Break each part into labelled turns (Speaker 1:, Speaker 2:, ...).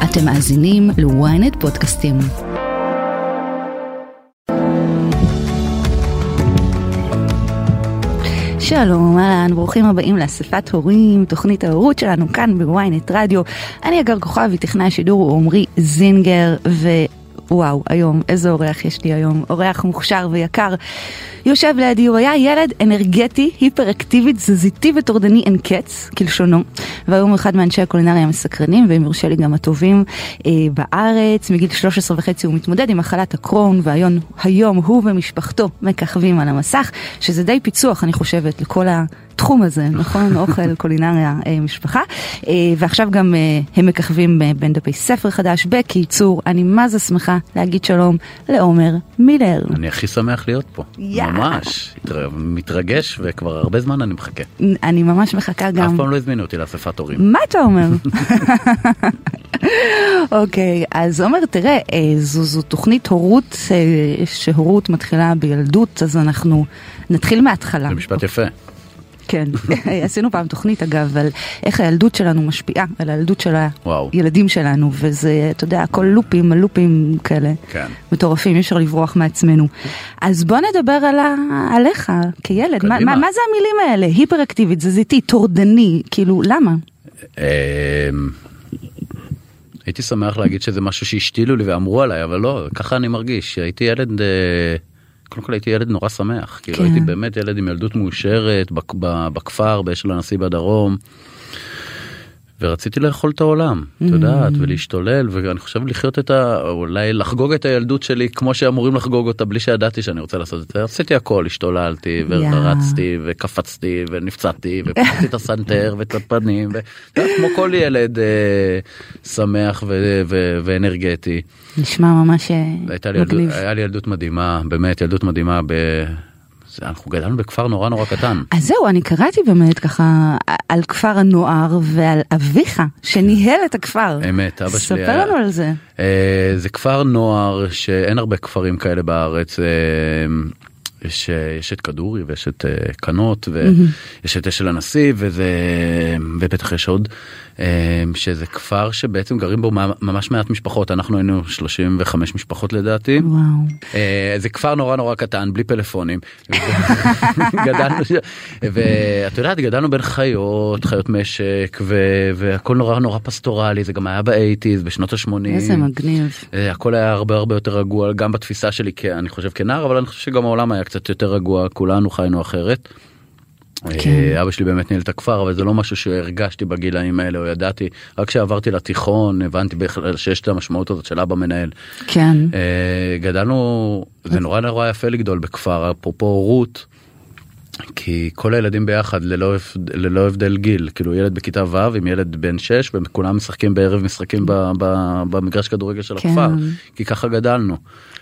Speaker 1: אתם מאזינים ל-ynet פודקאסטים. שלום, אהלן, ברוכים הבאים לאספת הורים, תוכנית ההורות שלנו כאן ב-ynet רדיו. אני אגר כוכבי, טכנאי השידור הוא עומרי זינגר, וואו, היום, איזה אורח יש לי היום, אורח מוכשר ויקר. יושב לידי, הוא היה ילד אנרגטי, היפראקטיבי, תזזיתי וטורדני אין קץ, כלשונו, והיום הוא אחד מאנשי הקולינריה המסקרנים, והם יורשה לי גם הטובים בארץ. מגיל 13.5 הוא מתמודד עם מחלת הקרון, והיום הוא ומשפחתו מככבים על המסך, שזה די פיצוח, אני חושבת, לכל התחום הזה, נכון? אוכל, קולינריה, משפחה. ועכשיו גם הם מככבים בין דפי ספר חדש. בקיצור, אני מה זה שמחה להגיד שלום לעומר מילר.
Speaker 2: אני הכי שמח להיות פה. ממש. מתרגש, וכבר הרבה זמן אני מחכה.
Speaker 1: אני ממש מחכה גם.
Speaker 2: אף פעם לא הזמינו אותי לאספת הורים.
Speaker 1: מה אתה אומר? אוקיי, אז עומר, תראה, זו תוכנית הורות, שהורות מתחילה בילדות, אז אנחנו נתחיל מההתחלה.
Speaker 2: זה משפט יפה.
Speaker 1: כן, עשינו פעם תוכנית אגב על איך הילדות שלנו משפיעה על הילדות של הילדים שלנו, וזה, אתה יודע, הכל לופים כאלה, מטורפים, אי אפשר לברוח מעצמנו. אז בוא נדבר עליך כילד, מה זה המילים האלה? היפראקטיבית, תזזיתי, טורדני, כאילו, למה?
Speaker 2: הייתי שמח להגיד שזה משהו שהשתילו לי ואמרו עליי, אבל לא, ככה אני מרגיש, הייתי ילד... קודם כל הייתי ילד נורא שמח, כאילו הייתי באמת ילד עם ילדות מאושרת בכפר, באשל הנשיא בדרום, ורציתי לאכול את העולם, אתה יודעת, ולהשתולל, ואני חושב לחיות אולי לחגוג את הילדות שלי, כמו שאמורים לחגוג אותה, בלי שידעתי שאני רוצה לעשות את זה. עשיתי הכל, השתוללתי, ורצתי, וקפצתי, ונפצעתי, ופחתי את הסנטר, ואת הפנים, כמו כל ילד שמח ואנרגטי.
Speaker 1: נשמע ממש מגניב.
Speaker 2: היה לי ילדות מדהימה, באמת ילדות מדהימה אנחנו גדלנו בכפר נורא נורא קטן.
Speaker 1: אז זהו, אני קראתי באמת ככה על כפר הנוער ועל אביך שניהל את הכפר.
Speaker 2: אמת, אבא שלי.
Speaker 1: ספר לנו על זה.
Speaker 2: זה כפר נוער שאין הרבה כפרים כאלה בארץ. יש את כדורי ויש את קנות ויש את אשל הנשיא ובטח יש עוד, שזה כפר שבעצם גרים בו ממש מעט משפחות. אנחנו היינו 35 משפחות לדעתי.
Speaker 1: וואו.
Speaker 2: זה כפר נורא נורא קטן, בלי פלאפונים. גדלנו, ואת יודעת, גדלנו בין חיות משק, והכל נורא נורא פסטורלי. זה גם היה ב-80s, בשנות ה-80.
Speaker 1: איזה מגניב.
Speaker 2: הכל היה הרבה הרבה יותר רגוע, גם בתפיסה שלי, אני חושב כנער, אבל אני חושב שגם העולם היה קצת יותר רגוע, כולנו חיינו אחרת. אבא שלי באמת ניהל את הכפר, אבל זה לא משהו שהרגשתי בגילאים האלה, או ידעתי, רק כשעברתי לתיכון, הבנתי בכלל שיש את המשמעות הזאת של אבא מנהל.
Speaker 1: כן.
Speaker 2: גדלנו, זה נורא נורא יפה לגדול בכפר, אפרופו הורות, כי כל הילדים ביחד ללא הבדל גיל, כאילו ילד בכיתה ו' עם ילד בן 6, וכולם משחקים בערב משחקים במגרש כדורגל של הכפר, כי ככה גדלנו.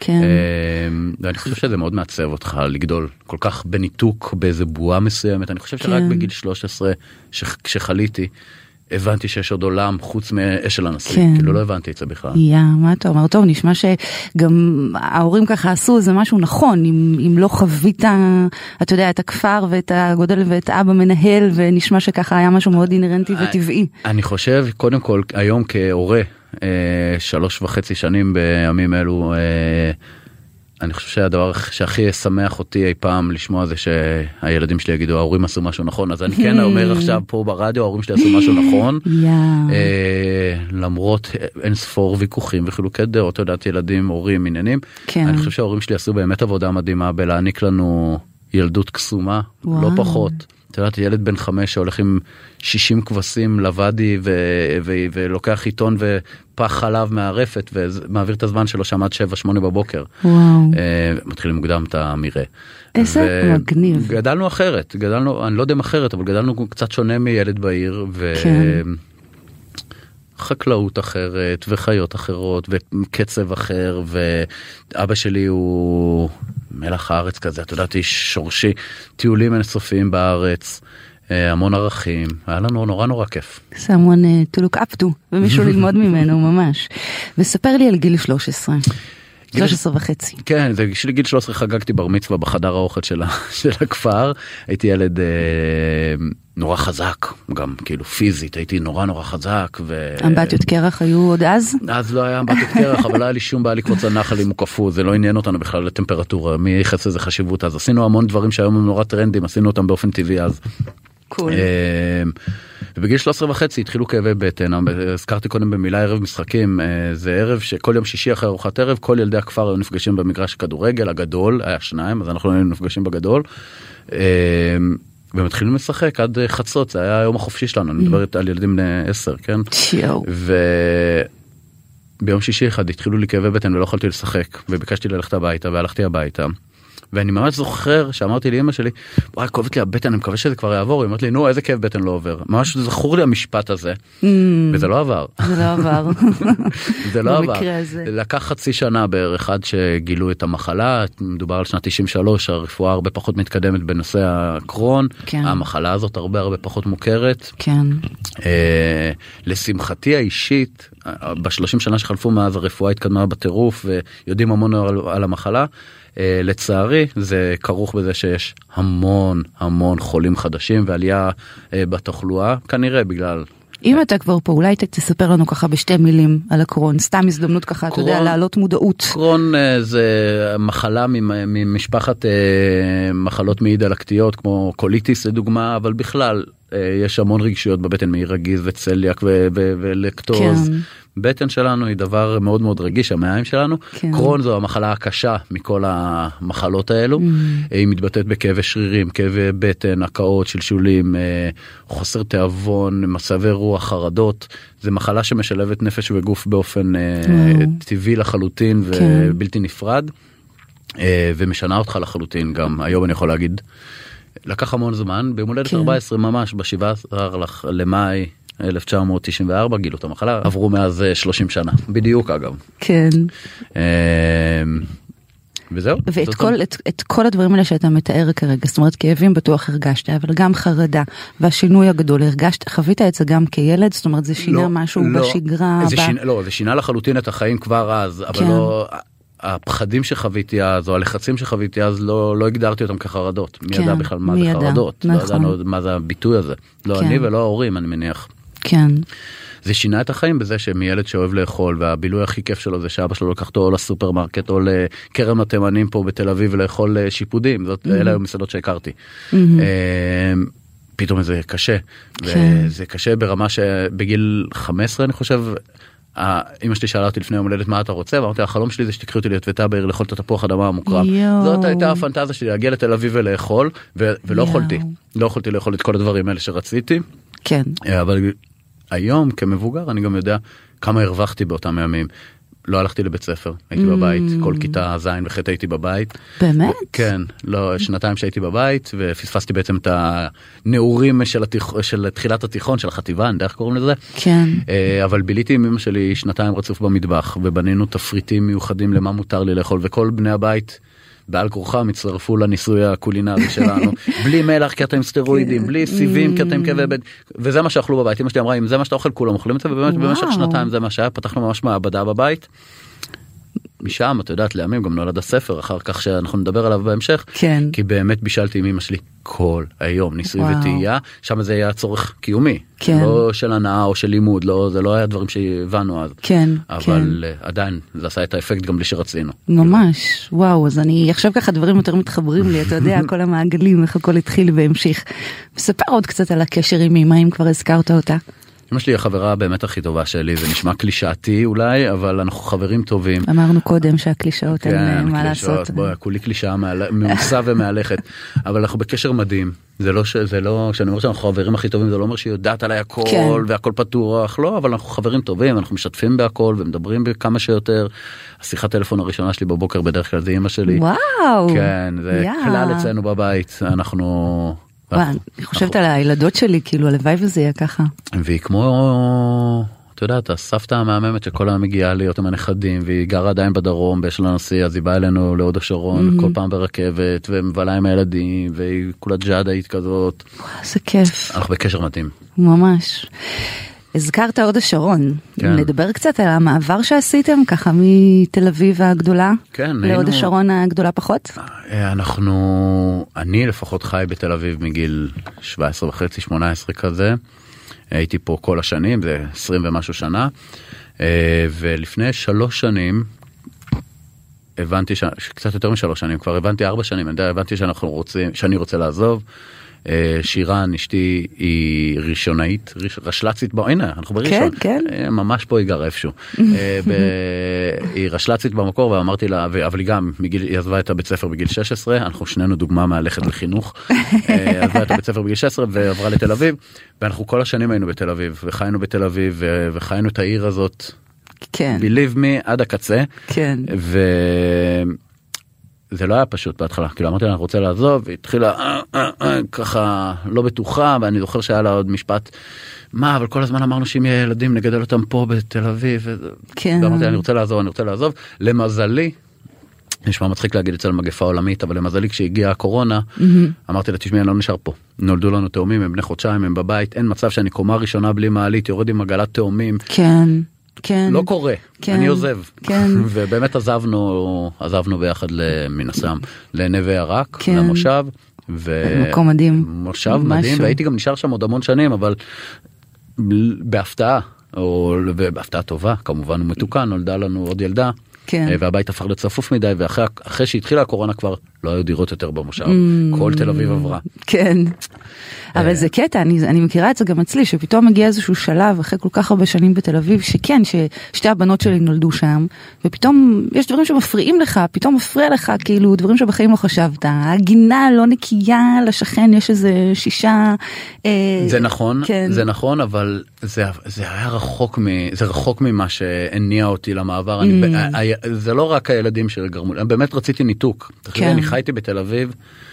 Speaker 2: ואני חושב שזה מאוד מעצב אותך לגדול כל כך בניתוק באיזה בועה מסוימת. אני חושב שרק בגיל 13 כשחליתי הבנתי שיש עוד עולם חוץ מאשל הנשיא, כאילו לא הבנתי את זה בכלל.
Speaker 1: מה אתה אומר? טוב, נשמע שגם ההורים ככה עשו איזה משהו נכון, אם לא חווית, אתה יודע, את הכפר ואת הגודל ואת אבא מנהל, ונשמע שככה היה משהו מאוד אינרנטי וטבעי.
Speaker 2: אני חושב, קודם כל, היום כהורה, 3.5 שנים בימים אלו, אני חושב שהדבר שהכי ישמח אותי אי פעם לשמוע זה שהילדים שלי יגידו, ההורים עשו משהו נכון, אז אני כן אומר עכשיו פה ברדיו, ההורים שלי עשו משהו נכון, למרות אין ספור ויכוחים וחילוקי דעות, יודעת, ילדים, הורים, עניינים, אני חושב שההורים שלי עשו באמת עבודה מדהימה בלהעניק לנו ילדות קסומה, לא פחות. אתה יודעת, ילד בן 5 שהולך עם 60 כבשים לוואדי ולוקח עיתון ופח חלב מהרפת ומעביר את הזמן שלו שם עד 7-8 בבוקר. מתחילים מוקדם את המראה.
Speaker 1: איזה מגניב.
Speaker 2: גדלנו אחרת, אני לא יודע אם אחרת, אבל גדלנו קצת שונה מילד בעיר, חקלאות אחרת וחיות אחרות וקצב אחר, ואבא שלי הוא מלח הארץ כזה, אתה יודעת, איש שורשי, טיולים אינסופיים בארץ, המון ערכים, היה לנו נורא נורא כיף.
Speaker 1: someone to look up to, ומישהו ללמוד ממנו ממש. וספר לי על גיל 13. 13.5.
Speaker 2: כן, זה גיל 13 חגגתי בר מצווה בחדר האוכל של הכפר, הייתי ילד נורא חזק, גם כאילו פיזית, הייתי נורא חזק.
Speaker 1: אמבטיות קרח היו עוד אז?
Speaker 2: אז לא היה אמבטיות קרח, אבל לא היה לי שום בעיה לקפוץ על נחל אם הוא קפוא, זה לא עניין אותנו בכלל לטמפרטורה, מי ייחס לזה חשיבות אז, עשינו המון דברים שהיום הם נורא טרנדים, עשינו אותם באופן טבעי אז.
Speaker 1: קול.
Speaker 2: ובגיל 13.5 התחילו כאבי בטן, הזכרתי קודם במילה ערב משחקים, זה ערב שכל יום שישי אחרי ארוחת ערב, כל ילדי הכפר היו נפגשים במגרש כדורגל הגדול, היה 2, אז אנחנו היינו נפגשים בגדול, ומתחילים לשחק עד חצות, זה היה היום החופשי שלנו, אני מדברת על ילדים בני 10, כן? וביום שישי אחד התחילו לי כאבי בטן ולא יכולתי לשחק, וביקשתי ללכת הביתה, והלכתי הביתה. ואני ממש זוכר שאמרתי לי אמא שלי, וואי, כואבת לי הבטן, אני מקווה שזה כבר יעבור, היא אמרת לי, נו, איזה כאב בטן לא עובר. ממש זכור לי המשפט הזה, וזה לא עבר.
Speaker 1: זה לא עבר.
Speaker 2: זה לא עבר. לקח חצי שנה בערך עד שגילו את המחלה, מדובר על שנת 93, הרפואה הרבה פחות מתקדמת בנושא הקרון, המחלה הזאת הרבה פחות מוכרת.
Speaker 1: כן.
Speaker 2: לשמחתי האישית, ב30 שנה שחלפו מאז הרפואה התקדמה בטירוף, ויודעים המון על המחלה, לצערי זה כרוך בזה שיש המון חולים חדשים ועלייה בתחלואה, כנראה בגלל...
Speaker 1: אם אתה כבר פה, אולי תספר לנו ככה בשתי מילים על הקרון, סתם הזדמנות ככה, אתה יודע, להעלות מודעות.
Speaker 2: קרון זה מחלה ממשפחת מחלות מעי דלקתיות, כמו קוליטיס לדוגמה, אבל בכלל יש המון רגשיות בבטן, מעי רגיז וצליאק ולקטוז. בטן שלנו היא דבר מאוד מאוד רגיש, המעיים שלנו. קרון זו המחלה הקשה מכל המחלות האלו. היא מתבטאת בכאבי שרירים, כאבי בטן, הקאות, שלשולים, חוסר תיאבון, מצבי רוח, חרדות. זה מחלה שמשלבת נפש וגוף באופן טבעי לחלוטין ובלתי נפרד, ומשנה אותך לחלוטין גם. היום אני יכול להגיד, לקח המון זמן, ביום הולדת 14 ממש, ב-17 למאי 1994 גילו את המחלה, עברו מאז 30 שנה, בדיוק אגב.
Speaker 1: כן.
Speaker 2: וזהו.
Speaker 1: ואת כל הדברים האלה שאתה מתאר כרגע, זאת אומרת כאבים בטוח הרגשת, אבל גם חרדה, והשינוי הגדול, חווית את זה גם כילד, זאת אומרת זה שינה משהו בשגרה?
Speaker 2: לא, זה שינה לחלוטין את החיים כבר אז, אבל לא... הפחדים שחוויתי אז, או הלחצים שחוויתי אז, לא הגדרתי אותם כחרדות. מי ידע בכלל מה זה חרדות? לא ידענו מה זה הביטוי הזה. לא אני ולא ההורים, אני מניח.
Speaker 1: כן.
Speaker 2: זה שינה את החיים בזה שמילד שאוהב לאכול, והבילוי הכי כיף שלו זה שאבא שלו לקח אותו או לסופרמרקט, או לקרם התימנים פה בתל אביב, ולאכול שיפודים. אלה היו מסעדות שהכרתי. פתאום זה קשה. וזה קשה ברמה שבגיל 15, אני חושב, אמא שלי שאלה אותי לפני יום הולדת מה אתה רוצה, ואמרתי, החלום שלי זה שתקחי אותי לטוויתה בעיר לאכול את התפוח אדמה המוקרם. זאת הייתה הפנטזיה שלי, להגיע לתל אביב ולאכול, ולא יכולתי. לא יכולתי לאכול את כל הדברים האלה שרציתי.
Speaker 1: כן.
Speaker 2: אבל היום כמבוגר אני גם יודע כמה הרווחתי באותם ימים. לא הלכתי לבית ספר, הייתי בבית, כל כיתה זין וחטא הייתי בבית.
Speaker 1: באמת?
Speaker 2: כן, לא, שנתיים שהייתי בבית, ופספסתי בעצם את הנעורים של תחילת התיכון, של החטיבה, אני יודע איך קוראים לזה.
Speaker 1: כן.
Speaker 2: אבל ביליתי עם אמא שלי שנתיים רצוף במטבח, ובנינו תפריטים מיוחדים למה מותר לי לאכול, וכל בני הבית בעל כורחם הצטרפו לניסוי הקולינרי שלנו, בלי מלח כי אתם סטרואידים, בלי סיבים כי אתם כאבי בטן, וזה מה שאכלו בבית. אמא שלי אמרה, אם זה מה שאתה אוכל כולם אוכלים את זה, ובאמת במשך שנתיים זה מה שהיה, פתחנו ממש מעבדה בבית. משם, את יודעת, לימים גם נולד הספר, אחר כך שאנחנו נדבר עליו בהמשך,
Speaker 1: כן.
Speaker 2: כי באמת בישלתי עם אמא שלי כל היום, ניסוי וטעייה, שם זה היה צורך קיומי,
Speaker 1: כן.
Speaker 2: לא של הנאה או של לימוד, לא, זה לא היה דברים שהבנו אז,
Speaker 1: כן,
Speaker 2: אבל כן. עדיין זה עשה את האפקט גם בלי שרצינו.
Speaker 1: ממש, וואו, אז אני עכשיו ככה דברים יותר מתחברים לי, אתה יודע, כל המעגלים, איך הכל התחיל והמשיך. וספר עוד קצת על הקשר עם אמא, אם כבר הזכרת אותה.
Speaker 2: אמא שלי החברה באמת הכי טובה שלי, זה נשמע קלישאתי אולי, אבל אנחנו חברים טובים.
Speaker 1: אמרנו קודם שהקלישאות הן מה לעשות.
Speaker 2: בואי, כולי קלישאה מעושה ומהלכת, אבל אנחנו בקשר מדהים. זה לא, כשאני אומר שאנחנו חברים הכי טובים, זה לא אומר שהיא יודעת עליי הכל, והכל פתוח, לא, אבל אנחנו חברים טובים, אנחנו משתפים בהכל, ומדברים בכמה שיותר. השיחת טלפון הראשונה שלי בבוקר בדרך כלל זה אמא שלי.
Speaker 1: וואו.
Speaker 2: כן, זה כלל אצלנו בבית, אנחנו...
Speaker 1: אני חושבת על הילדות שלי, כאילו הלוואי וזה יהיה ככה.
Speaker 2: והיא כמו, אתה יודעת, הסבתא המהממת שכל היום מגיעה להיות עם הנכדים, והיא גרה עדיין בדרום, ויש לה נשיא, אז היא באה אלינו להוד השרון, כל פעם ברכבת, ומבלה עם הילדים, והיא כולה ג'אדאית כזאת.
Speaker 1: וואו, זה כיף.
Speaker 2: אנחנו בקשר מתאים.
Speaker 1: ממש. הזכרת הוד השרון.
Speaker 2: כן.
Speaker 1: נדבר קצת על המעבר שעשיתם, ככה מתל אביב הגדולה,
Speaker 2: כן,
Speaker 1: להוד השרון הגדולה פחות?
Speaker 2: אני לפחות חי בתל אביב מגיל 17 וחצי, 18 כזה. הייתי פה כל השנים, זה 20 ומשהו שנה. ולפני 3 שנים, הבנתי, קצת יותר מ3 שנים, כבר הבנתי 4 שנים, הבנתי שאני רוצה לעזוב. שירן, אשתי, היא ראשונאית, רשל"צית, הנה, אנחנו בראשון.
Speaker 1: כן, כן.
Speaker 2: ממש פה היא גר איפשהו. היא רשל"צית במקור, ואמרתי לה, אבל היא גם, היא עזבה את הבית ספר בגיל 16, אנחנו שנינו דוגמה מהלכת לחינוך, עזבה את הבית ספר בגיל 16 ועברה לתל אביב, ואנחנו כל השנים היינו בתל אביב, וחיינו בתל אביב, וחיינו את העיר הזאת,
Speaker 1: כן.
Speaker 2: believe me, עד הקצה.
Speaker 1: כן.
Speaker 2: זה לא היה פשוט בהתחלה, כאילו אמרתי לה, אני רוצה לעזוב, והיא התחילה ככה לא בטוחה, ואני זוכר שהיה לה עוד משפט, מה, אבל כל הזמן אמרנו שאם יהיה ילדים נגדל אותם פה בתל אביב,
Speaker 1: כן.
Speaker 2: ואמרתי לה, אני רוצה לעזוב, למזלי, נשמע מצחיק להגיד אצל מגפה עולמית, אבל למזלי כשהגיעה הקורונה, אמרתי לה, תשמעי, אני לא נשאר פה, נולדו לנו תאומים, הם בני חודשיים, הם בבית, אין מצב שאני קומה ראשונה בלי מעלית, יורד עם עגלת תאומים,
Speaker 1: כן. כן.
Speaker 2: לא קורה,
Speaker 1: כן.
Speaker 2: אני עוזב.
Speaker 1: כן.
Speaker 2: ובאמת עזבנו ביחד מן הסתם לנווה ירק,
Speaker 1: כן.
Speaker 2: למושב.
Speaker 1: מקום מדהים.
Speaker 2: מושב מדהים, והייתי גם נשאר שם עוד המון שנים, אבל בהפתעה, או בהפתעה טובה, כמובן ומתוקן, נולדה לנו עוד ילדה.
Speaker 1: כן.
Speaker 2: והבית הפך לצפוף מדי, ואחרי שהתחילה הקורונה כבר לא היו דירות יותר במושב. כל תל אביב עברה.
Speaker 1: כן. אבל זה קטע, אני מכירה את זה גם אצלי, שפתאום מגיע איזשהו שלב, אחרי כל כך הרבה שנים בתל אביב, שכן, ששתי הבנות שלי נולדו שם, ופתאום יש דברים שמפריעים לך, פתאום מפריע לך, כאילו, דברים שבחיים לא חשבת. הגינה לא נקייה, לשכן יש איזה 6...
Speaker 2: זה נכון,
Speaker 1: כן.
Speaker 2: זה נכון, אבל זה היה רחוק ממה שהניע אותי למעבר. זה לא רק הילדים שגרמו, באמת רציתי ניתוק.
Speaker 1: כן.
Speaker 2: אני חייתי בתל אביב,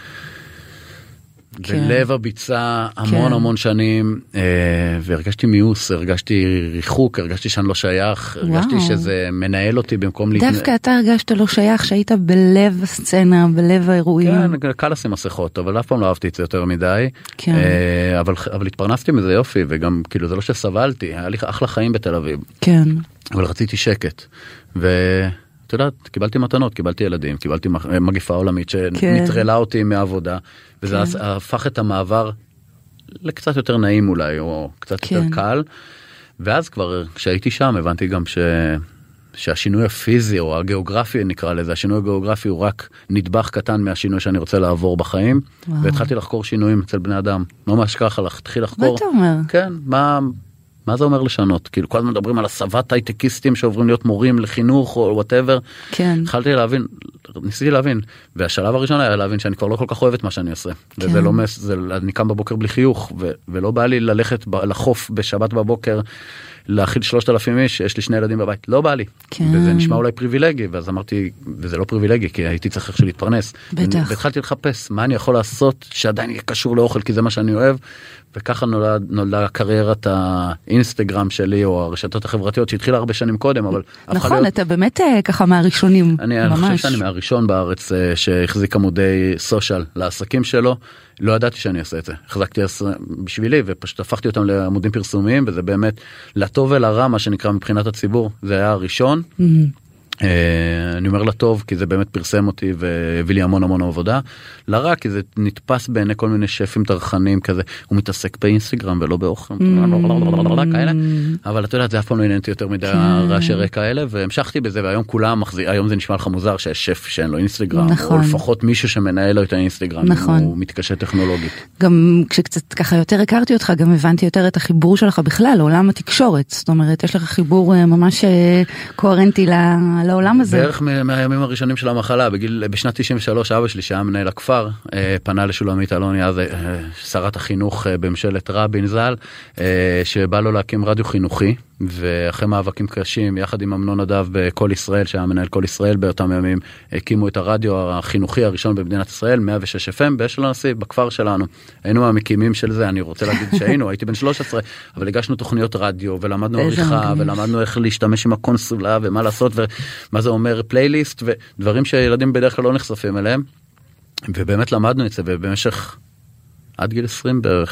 Speaker 2: בלב הביצה המון שנים, והרגשתי מיוס, הרגשתי ריחוק, הרגשתי שאני לא שייך, הרגשתי שזה מנהל אותי במקום
Speaker 1: דווקא אתה הרגשת לא שייך, שהיית בלב הסצנה, בלב האירועים.
Speaker 2: כן, קל לשים מסכות, אבל אף פעם לא אהבתי את זה יותר מדי,
Speaker 1: כן.
Speaker 2: אבל התפרנסתי מזה יופי, וגם כאילו זה לא שסבלתי, היה לי אחלה חיים בתל אביב.
Speaker 1: כן.
Speaker 2: אבל רציתי שקט, אתה יודעת, קיבלתי מתנות, קיבלתי ילדים, קיבלתי מגפה עולמית שנטרלה אותי מהעבודה, וזה הפך את המעבר לקצת יותר נעים אולי, או קצת יותר קל, ואז כבר כשהייתי שם הבנתי גם שהשינוי הפיזי או הגיאוגרפי נקרא לזה, השינוי הגיאוגרפי הוא רק נדבך קטן מהשינוי שאני רוצה לעבור בחיים, והתחלתי לחקור שינויים אצל בני אדם, ממש ככה, להתחיל לחקור.
Speaker 1: מה אתה אומר?
Speaker 2: כן, מה זה אומר לשנות? כאילו, כל הזמן מדברים על הסבת הייטקיסטים שעוברים להיות מורים לחינוך או whatever.
Speaker 1: כן.
Speaker 2: ניסיתי להבין. והשלב הראשון היה להבין שאני כבר לא כל כך אוהב את מה שאני עושה. כן. וזה לא אני קם בבוקר בלי חיוך, ולא בא לי ללכת לחוף בשבת בבוקר, להכיל 3,000 איש, יש לי 2 ילדים בבית. לא בא לי. כן. וזה נשמע אולי פריבילגי, ואז אמרתי, וזה לא פריבילגי, כי הייתי צריך איך להתפרנס.
Speaker 1: בטח.
Speaker 2: והתחלתי לחפש מה אני יכול לעשות שעדיין יהיה קשור לאוכל, כי זה מה שאני אוהב. וככה נולדה קריירת האינסטגרם שלי, או הרשתות החברתיות, שהתחילה הרבה שנים קודם, אבל...
Speaker 1: נכון, אתה באמת ככה מהראשונים.
Speaker 2: אני חושב שאני מהראשון בארץ שהחזיק עמודי סושיאל לעסקים שלו, לא ידעתי שאני אעשה את זה. החזקתי בשבילי, ופשוט הפכתי אותם לעמודים פרסומיים, וזה באמת לטוב ולרע, מה שנקרא מבחינת הציבור. זה היה הראשון. אני אומר לטוב, כי זה באמת פרסם אותי והביא לי המון עבודה. לרע, כי זה נתפס בעיני כל מיני שפים טרחנים כזה, הוא מתעסק באינסטגרם ולא באוכל, כאלה. אבל אתה יודע, זה אף פעם לא עניין אותי יותר מדי רעשי רקע כאלה, והמשכתי בזה, והיום כולם היום זה נשמע לך מוזר שיש שף שאין לו אינסטגרם, או לפחות מישהו שמנהל לו את האינסטגרם, הוא מתקשה טכנולוגית.
Speaker 1: גם כשקצת ככה יותר הכרתי אותך, גם הבנתי יותר את החיבור שלך בכלל, לעולם התקשורת. זאת אומרת, יש לך חיבור ממש קוהרנטי לעולם הזה.
Speaker 2: בערך מהימים הראשונים של המחלה, בשנת 93, אבא שלי שהיה מנהל הכפר, פנה לשולמית אלוני, אז שרת החינוך בממשלת רבין ז"ל, שבא לו להקים רדיו חינוכי, ואחרי מאבקים קשים, יחד עם אמנון נדב בכל ישראל, שהיה מנהל כל ישראל באותם ימים, הקימו את הרדיו החינוכי הראשון במדינת ישראל, 106 FM, באשל הנשיא, בכפר שלנו. היינו מהמקימים של זה, אני רוצה להגיד שהיינו, הייתי בן 13, אבל הגשנו תוכניות רדיו, ולמדנו עריכה, ולמדנו איך להשתמש עם הקונסולה, ומה לעשות, ומה זה אומר פלייליסט, ודברים שילדים בדרך כלל לא נחשפים אליהם, ובאמת למדנו את זה, ובמשך עד גיל 20 בערך,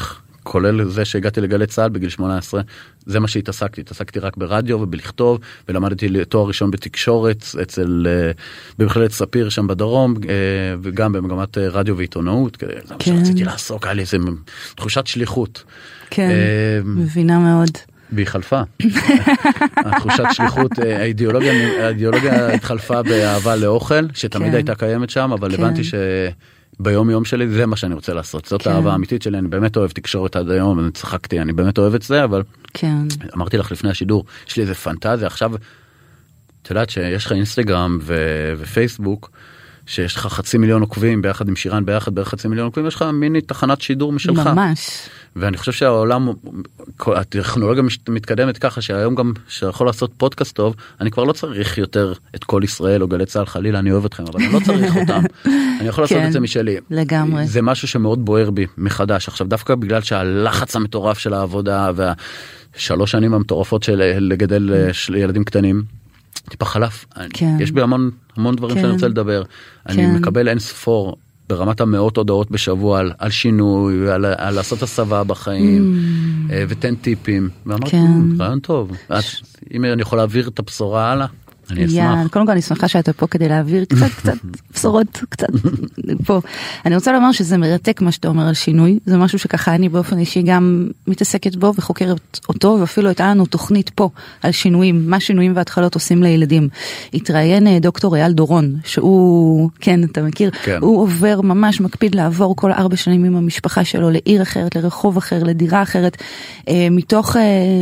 Speaker 2: כולל זה שהגעתי לגלי צהל בגיל 18, זה מה התעסקתי רק ברדיו ובלכתוב, ולמדתי תואר ראשון בתקשורת במכללת ספיר שם בדרום, וגם במגמת רדיו ועיתונאות, זה מה שרציתי לעסוק, היה לי איזה תחושת שליחות.
Speaker 1: כן, מבינה מאוד.
Speaker 2: והיא חלפה. התחושת שליחות, האידיאולוגיה התחלפה באהבה לאוכל, שתמיד הייתה קיימת שם, אבל הבנתי שביום יום שלי זה מה שאני רוצה לעשות. זאת האהבה האמיתית שלי, אני באמת אוהב תקשורת עד היום, אני צחקתי, אני באמת אוהב את זה, אבל אמרתי לך לפני השידור, יש לי איזה פנטזיה, עכשיו, את יודעת שיש לך אינסטגרם ופייסבוק, שיש לך 500,000 עוקבים ביחד עם שירן ביחד בערך 500,000 עוקבים, יש לך מיני תחנת שידור משלך.
Speaker 1: ממש.
Speaker 2: ואני חושב שהעולם, הטכנולוגיה מתקדמת ככה שהיום גם שיכול לעשות פודקאסט טוב, אני כבר לא צריך יותר את כל ישראל או גלי צהל חלילה, אני אוהב אתכם, אבל אני לא צריך אותם. אני יכול לעשות את זה משלי.
Speaker 1: לגמרי.
Speaker 2: זה משהו שמאוד בוער בי מחדש. עכשיו דווקא בגלל שהלחץ המטורף של העבודה וה3 שנים המטורפות של לגדל ילדים קטנים, טיפה חלף. יש בי המון דברים שאני רוצה לדבר. אני מקבל אין ספור ברמת המאות הודעות בשבוע על שינוי, על לעשות הסבה בחיים, ותן טיפים. ואמרתי, רעיון טוב. אם אני יכול להעביר את הבשורה הלאה, אני אשמח.
Speaker 1: קודם כל אני שמחה שאתה פה כדי להעביר קצת בשורות, קצת פה. אני רוצה לומר שזה מרתק מה שאתה אומר על שינוי, זה משהו שככה אני באופן אישי גם מתעסקת בו וחוקרת אותו, ואפילו הייתה לנו תוכנית פה על שינויים, מה שינויים והתחלות עושים לילדים. התראיין דוקטור אייל דורון, שהוא, כן, אתה מכיר, הוא עובר ממש מקפיד לעבור כל 4 שנים עם המשפחה שלו לעיר אחרת, לרחוב אחר, לדירה אחרת, מתוך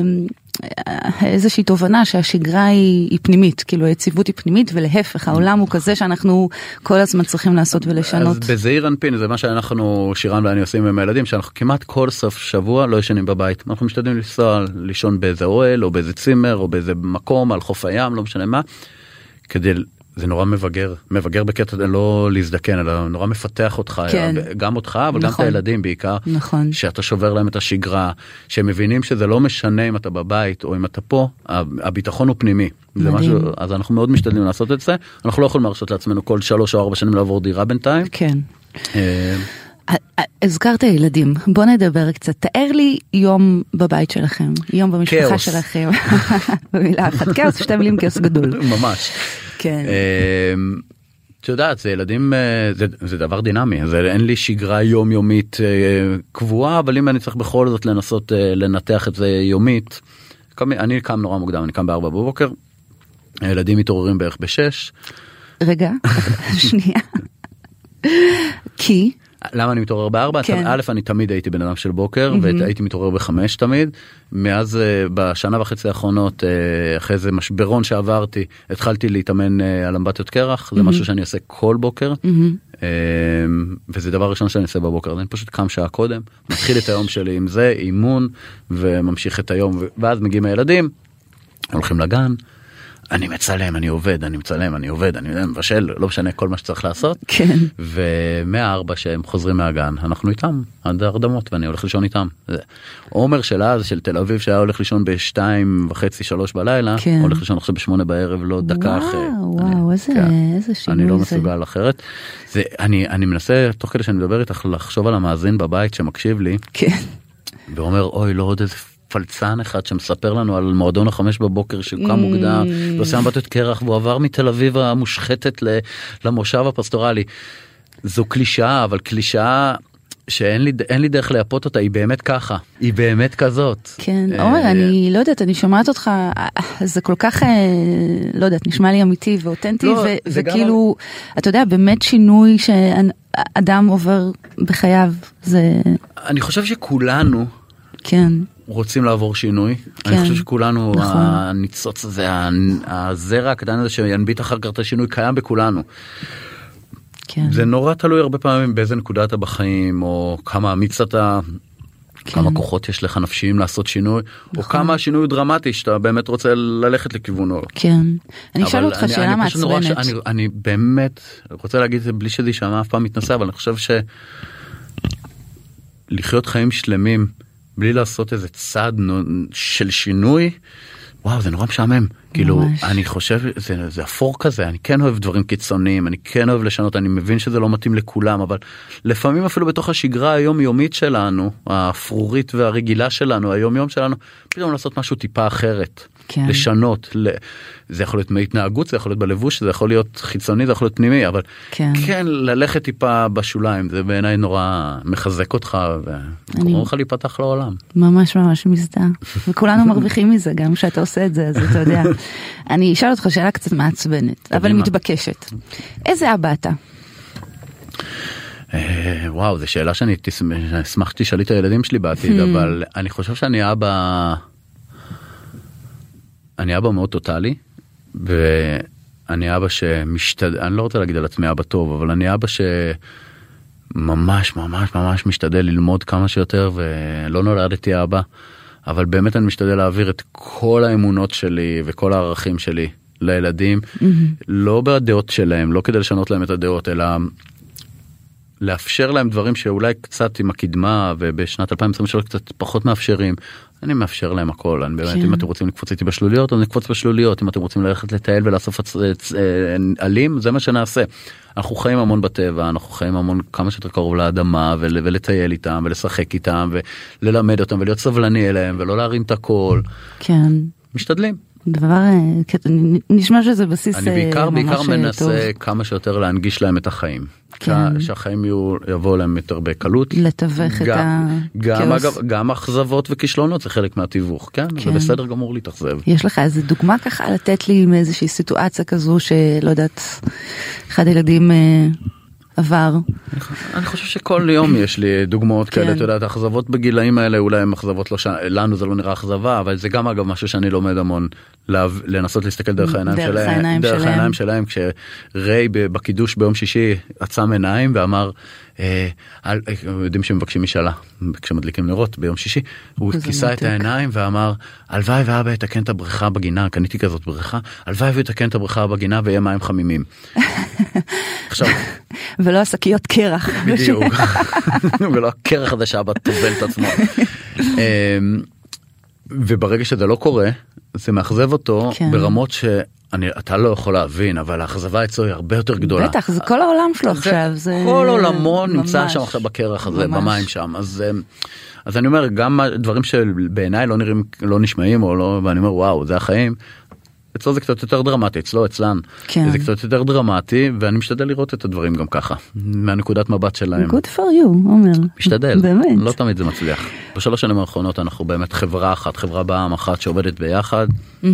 Speaker 1: איזושהי תובנה שהשגרה היא פנימית, כאילו היציבות היא פנימית, ולהפך, העולם הוא כזה שאנחנו כל הזמן צריכים לעשות ולשנות.
Speaker 2: אז בזעיר אנפין, זה מה שאנחנו, שירן ואני עושים עם הילדים, שאנחנו כמעט כל סוף שבוע לא ישנים בבית. אנחנו משתדלים לנסוע, לישון באיזה אוהל, או באיזה צימר, או באיזה מקום, על חוף הים, לא משנה מה, כדי... זה נורא מבגר בקטע לא להזדקן, אלא נורא מפתח אותך, גם אותך, אבל גם את הילדים בעיקר, שאתה שובר להם את השגרה, שהם מבינים שזה לא משנה אם אתה בבית או אם אתה פה, הביטחון הוא פנימי. אז אנחנו מאוד משתדלים לעשות את זה, אנחנו לא יכולים להרשות לעצמנו כל 3 או 4 שנים לעבור דירה בינתיים.
Speaker 1: כן. הזכרת ילדים, בוא נדבר קצת, תאר לי יום בבית שלכם, יום במשפחה שלכם, במילה אחת, כאוס, 2 מילים, כאוס גדול.
Speaker 2: ממש.
Speaker 1: כן.
Speaker 2: את יודעת, זה ילדים, זה דבר דינמי, אין לי שגרה יומיומית קבועה, אבל אם אני צריך בכל זאת לנסות לנתח את זה יומית, אני קם נורא מוקדם, אני קם ב4 בבוקר, הילדים מתעוררים בערך ב6. רגע,
Speaker 1: שנייה. כי?
Speaker 2: למה אני מתעורר ב4? כן. א', אני תמיד הייתי בן אדם של בוקר, והייתי מתעורר ב5 תמיד. מאז, בשנה וחצי האחרונות, אחרי זה משברון שעברתי, התחלתי להתאמן על אמבטיות קרח, זה משהו שאני עושה כל בוקר, וזה דבר ראשון שאני עושה בבוקר, אני פשוט קם שעה קודם, מתחיל את היום שלי עם זה, אימון, וממשיך את היום, ואז מגיעים הילדים, הולכים לגן, אני מצלם, אני עובד, אני מצלם, אני עובד, אני מבשל, לא משנה כל מה שצריך לעשות.
Speaker 1: כן.
Speaker 2: ומ4 שהם חוזרים מהגן, אנחנו איתם, עד הרדמות, ואני הולך לישון איתם. עומר של אז, של תל אביב, שהיה הולך לישון ב2:30, 3 בלילה, הולך לישון עכשיו ב8 בערב, לא דקה אחרי.
Speaker 1: וואו, איזה שינוי זה.
Speaker 2: אני לא מסוגל אחרת. אני מנסה, תוך כדי שאני מדבר איתך, לחשוב על המאזין בבית שמקשיב לי. כן. ואומר, אוי, לא עוד איזה פלצן אחד שמספר לנו על מועדון 5 בבוקר שקם מוקדם, ועושה אמבטיות קרח, והוא עבר מתל אביב המושחתת למושב הפסטורלי. זו קלישאה, אבל קלישאה שאין לי דרך להפות אותה, היא באמת ככה, היא באמת כזאת.
Speaker 1: כן, עומר, אני לא יודעת, אני שומעת אותך, זה כל כך, לא יודעת, נשמע לי אמיתי ואותנטי, וכאילו, אתה יודע, באמת שינוי שאדם עובר בחייו, זה...
Speaker 2: אני חושב שכולנו,
Speaker 1: כן.
Speaker 2: רוצים לעבור שינוי. כן. אני חושב שכולנו, נכון. הניצוץ הזה, הזרע הקטן הזה שינביט אחר כך את השינוי קיים בכולנו. כן. זה נורא תלוי הרבה פעמים באיזה נקודה אתה בחיים, או כמה אמיץ אתה, כן. כמה כוחות יש לך נפשיים לעשות שינוי, נכון. או כמה השינוי הוא דרמטי שאתה באמת רוצה ללכת לכיוונו.
Speaker 1: כן. אני אשאל אותך שאלה מעצבנת.
Speaker 2: אני באמת רוצה להגיד את זה בלי שזה יישמע אף פעם מתנסה, אבל אני חושב לחיות חיים שלמים, בלי לעשות איזה צעד של שינוי, וואו, זה נורא משעמם. כאילו, אני חושב, זה אפור כזה, אני כן אוהב דברים קיצוניים, אני כן אוהב לשנות, אני מבין שזה לא מתאים לכולם, אבל לפעמים אפילו בתוך השגרה היומיומית שלנו, האפרורית והרגילה שלנו, היומיום שלנו, פתאום לעשות משהו טיפה אחרת. כן. לשנות, זה יכול להיות מהתנהגות, זה יכול להיות בלבוש, זה יכול להיות חיצוני, זה יכול להיות פנימי, אבל כן ללכת טיפה בשוליים, זה בעיניי נורא מחזק אותך, וקורא לך להיפתח לעולם.
Speaker 1: ממש ממש מזדהה, וכולנו מרוויחים מזה, גם כשאתה עושה את זה, אז אתה יודע. אני אשאל אותך שאלה קצת מעצבנת, אבל מתבקשת. איזה אבא אתה?
Speaker 2: וואו, זו שאלה שאני אשמח שתשאלי את הילדים שלי בעתיד, אבל אני חושב שאני אבא... אני אבא מאוד טוטלי, ואני אבא שמשתדל, אני לא רוצה להגיד על עצמי אבא טוב, אבל אני אבא שממש ממש ממש משתדל ללמוד כמה שיותר, ולא נולדתי אבא, אבל באמת אני משתדל להעביר את כל האמונות שלי וכל הערכים שלי לילדים, לא בדעות שלהם, לא כדי לשנות להם את הדעות, אלא לאפשר להם דברים שאולי קצת עם הקדמה, ובשנת 2023 קצת פחות מאפשרים. אני מאפשר להם הכל, אני באמת, אם אתם רוצים לקפוץ איתי בשלוליות, אז נקפוץ בשלוליות, אם אתם רוצים ללכת לטייל ולאסוף עלים, זה מה שנעשה. אנחנו חיים המון בטבע, אנחנו חיים המון כמה שיותר קרוב לאדמה, ולטייל איתם, ולשחק איתם, וללמד אותם, ולהיות סבלני אליהם, ולא להרים את הכל.
Speaker 1: כן.
Speaker 2: משתדלים.
Speaker 1: דבר, נשמע שזה בסיס ממש טוב.
Speaker 2: אני בעיקר מנסה כמה שיותר להנגיש להם את החיים. שהחיים יבואו להם יותר בקלות.
Speaker 1: לתווך את הכאוס.
Speaker 2: גם אכזבות וכישלונות זה חלק מהתיווך, כן? זה בסדר גמור להתאכזב.
Speaker 1: יש לך איזה דוגמה ככה לתת לי מאיזושהי סיטואציה כזו שלא יודעת, אחד הילדים עבר?
Speaker 2: אני חושב שכל יום יש לי דוגמאות כאלה, אתה יודע, האכזבות בגילאים האלה אולי הם אכזבות, לנו זה לא נראה אכזבה, אבל זה גם אגב משהו שאני לומד המון, לנסות להסתכל דרך העיניים שלהם, כשריי בקידוש ביום שישי עצם עיניים ואמר, יודעים שמבקשים משאלה, כשמדליקים נרות ביום שישי, הוא כיסה את העיניים ואמר, הלוואי ואבא יתקן את הבריכה בגינה, קניתי כזאת בריכה, הלוואי ויתקן את הבריכה בגינה ויהיה מים חמימים. עכשיו...
Speaker 1: ולא השקיות קרח.
Speaker 2: בדיוק. ולא הקרח הזה שאבא טובל את עצמו. וברגע שזה לא קורה, זה מאכזב אותו ברמות שאתה לא יכול להבין, אבל האכזבה אצלו היא הרבה יותר גדולה.
Speaker 1: בטח, זה כל העולם שלו עכשיו.
Speaker 2: כל עולמו נמצא שם עכשיו בקרח הזה, במים שם. אז אני אומר, גם דברים שבעיניי לא נראים, לא נשמעים, ואני אומר, וואו, זה החיים. אצלו זה קצת יותר דרמטי, אצלן. זה קצת יותר דרמטי, ואני משתדל לראות את הדברים גם ככה, מהנקודת מבט שלהם.
Speaker 1: Good for you, אומר.
Speaker 2: משתדל.
Speaker 1: באמת.
Speaker 2: לא תמיד זה מצליח. בשלוש שנים האחרונות אנחנו באמת חברה אחת, חברה בעם אחת שעובדת ביחד,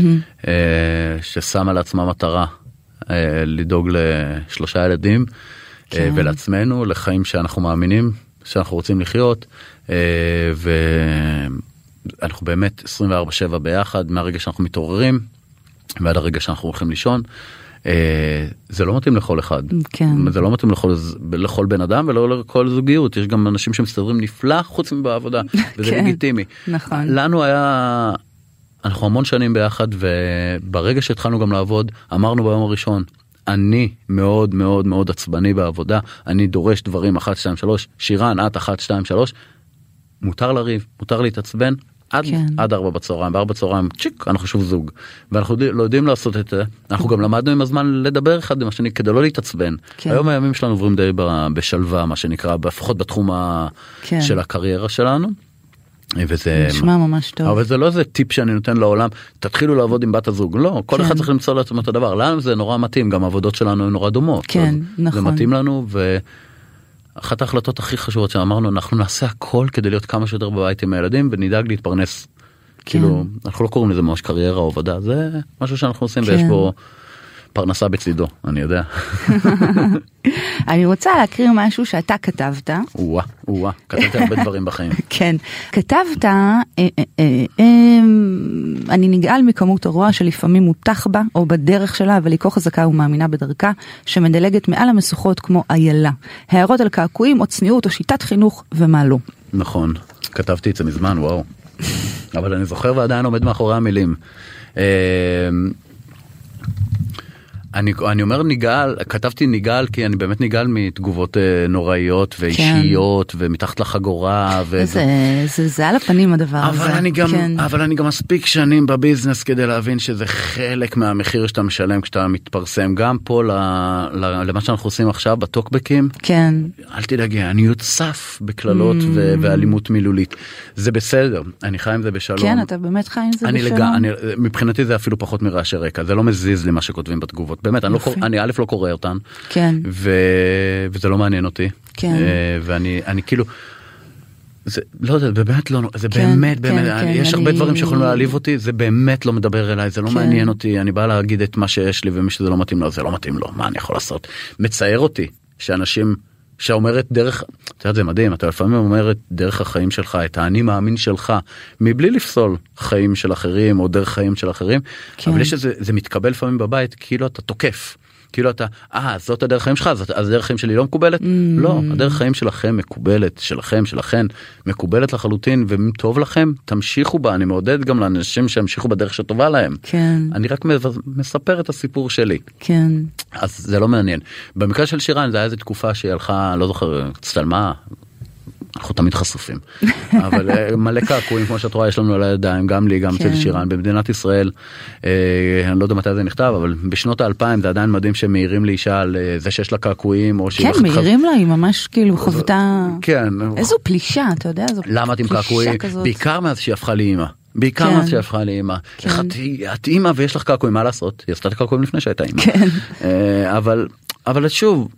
Speaker 2: ששמה לעצמה מטרה לדאוג לשלושה ילדים, ולעצמנו, לחיים שאנחנו מאמינים, שאנחנו רוצים לחיות, ואנחנו באמת 24/7 ביחד, מהרגע שאנחנו מתעוררים, ועד הרגע שאנחנו הולכים לישון, זה לא מתאים לכל אחד.
Speaker 1: כן.
Speaker 2: זה לא מתאים לכל בן אדם ולא לכל זוגיות. יש גם אנשים שמסתדרים נפלא חוץ מבעבודה, וזה לגיטימי.
Speaker 1: נכון.
Speaker 2: לנו היה, אנחנו המון שנים ביחד, וברגע שהתחלנו גם לעבוד, אמרנו ביום הראשון, אני מאוד מאוד מאוד עצבני בעבודה, אני דורש דברים 1, 2, 3, שירן, את 1, 2, 3, מותר לריב, מותר להתעצבן, עד 4 בצהריים, ב4 בצהריים, צ'יק, אנחנו שוב זוג. ואנחנו לא יודעים לעשות את זה. אנחנו גם למדנו עם הזמן לדבר אחד עם השני, כדי לא להתעצבן. היום הימים שלנו עוברים די בשלווה, מה שנקרא, לפחות בתחום של הקריירה שלנו. וזה
Speaker 1: נשמע ממש טוב.
Speaker 2: אבל זה לא איזה טיפ שאני נותן לעולם, תתחילו לעבוד עם בת הזוג. לא, כל אחד צריך למצוא לעצמו את הדבר. לנו זה נורא מתאים, גם העבודות שלנו הן נורא דומות.
Speaker 1: כן, נכון.
Speaker 2: זה מתאים לנו, אחת ההחלטות הכי חשובות שאמרנו, אנחנו נעשה הכל כדי להיות כמה שיותר בבית עם הילדים, ונדאג להתפרנס. כאילו, אנחנו לא קוראים לזה ממש קריירה או עבודה, זה משהו שאנחנו עושים, ויש בו פרנסה בצדו, אני יודע.
Speaker 1: אני רוצה להקריא משהו שאתה כתבת.
Speaker 2: כתבתי הרבה דברים בחיים.
Speaker 1: כן, כתבת, אני נגעל מכמות הרוע שלפעמים מותח בה, או בדרך שלה, אבל היא כה חזקה ומאמינה בדרכה, שמדלגת מעל המשוכות כמו איילה. הערות על קעקועים, או צניעות, או שיטת חינוך, ומה לא.
Speaker 2: נכון, כתבתי את זה מזמן, וואו. אבל אני זוכר ועדיין עומד מאחורי המילים. אני אומר ניגל, כתבתי ניגל כי אני באמת ניגל מתגובות נוראיות ואישיות ומתחת לחגורה.
Speaker 1: זה על הפנים הדבר הזה.
Speaker 2: אבל אני גם מספיק שנים בביזנס כדי להבין שזה חלק מהמחיר שאתה משלם כשאתה מתפרסם. גם פה למה שאנחנו עושים עכשיו בטוקבקים.
Speaker 1: כן.
Speaker 2: אל תדאגי, אני יוצף בכללות ואלימות מילולית. זה בסדר, אני חי עם זה בשלום.
Speaker 1: כן, אתה באמת חי עם זה בשלום.
Speaker 2: מבחינתי זה אפילו פחות מרעשי רקע, זה לא מזיז לי מה שכותבים בתגובות. באמת, אני א' לא קורא אותן, וזה לא מעניין אותי, ואני כאילו, לא יודע, באמת לא, זה באמת, יש הרבה דברים שיכולים להעליב אותי, זה באמת לא מדבר אליי, זה לא מעניין אותי, אני בא להגיד את מה שיש לי, ומי שזה לא מתאים לו, זה לא מתאים לו, מה אני יכול לעשות? מצער אותי, שאנשים, שאומרת דרך, אתה יודע, זה מדהים, אתה לפעמים אומרת דרך החיים שלך, את האני מאמין שלך, מבלי לפסול חיים של אחרים, או דרך חיים של אחרים, אבל יש שזה מתקבל לפעמים בבית, כאילו אתה תוקף. כאילו אתה, זאת הדרך חיים שלך, אז הדרך חיים שלי לא מקובלת? לא, הדרך חיים שלכם מקובלת, שלכם, שלכן, מקובלת לחלוטין, ואם טוב לכם, תמשיכו בה, אני מעודד גם לאנשים שהמשיכו בדרך שטובה להם.
Speaker 1: כן.
Speaker 2: אני רק מספר את הסיפור שלי.
Speaker 1: כן.
Speaker 2: אז זה לא מעניין. במקרה של שירן, זה היה איזו תקופה שהיא הלכה, לא זוכר, צטלמה, אנחנו תמיד חשופים, אבל מלא קעקועים כמו שאת רואה יש לנו על הידיים, גם לי, גם אצל שירן, במדינת ישראל, אני לא יודע מתי זה נכתב, אבל בשנות ה-2000 זה עדיין מדהים שמאירים לאישה על זה שיש לה קעקועים,
Speaker 1: כן, מאירים לה, היא ממש כאילו חוותה, איזו פלישה, אתה יודע,
Speaker 2: למה את עם קעקועים? בעיקר מאז שהיא הפכה לאמא. בעיקר מאז שהפכה לאמא. את אימא ויש לך קעקועים, מה לעשות? היא עשתה את הקעקועים לפני שהייתה אימא. אבל שוב,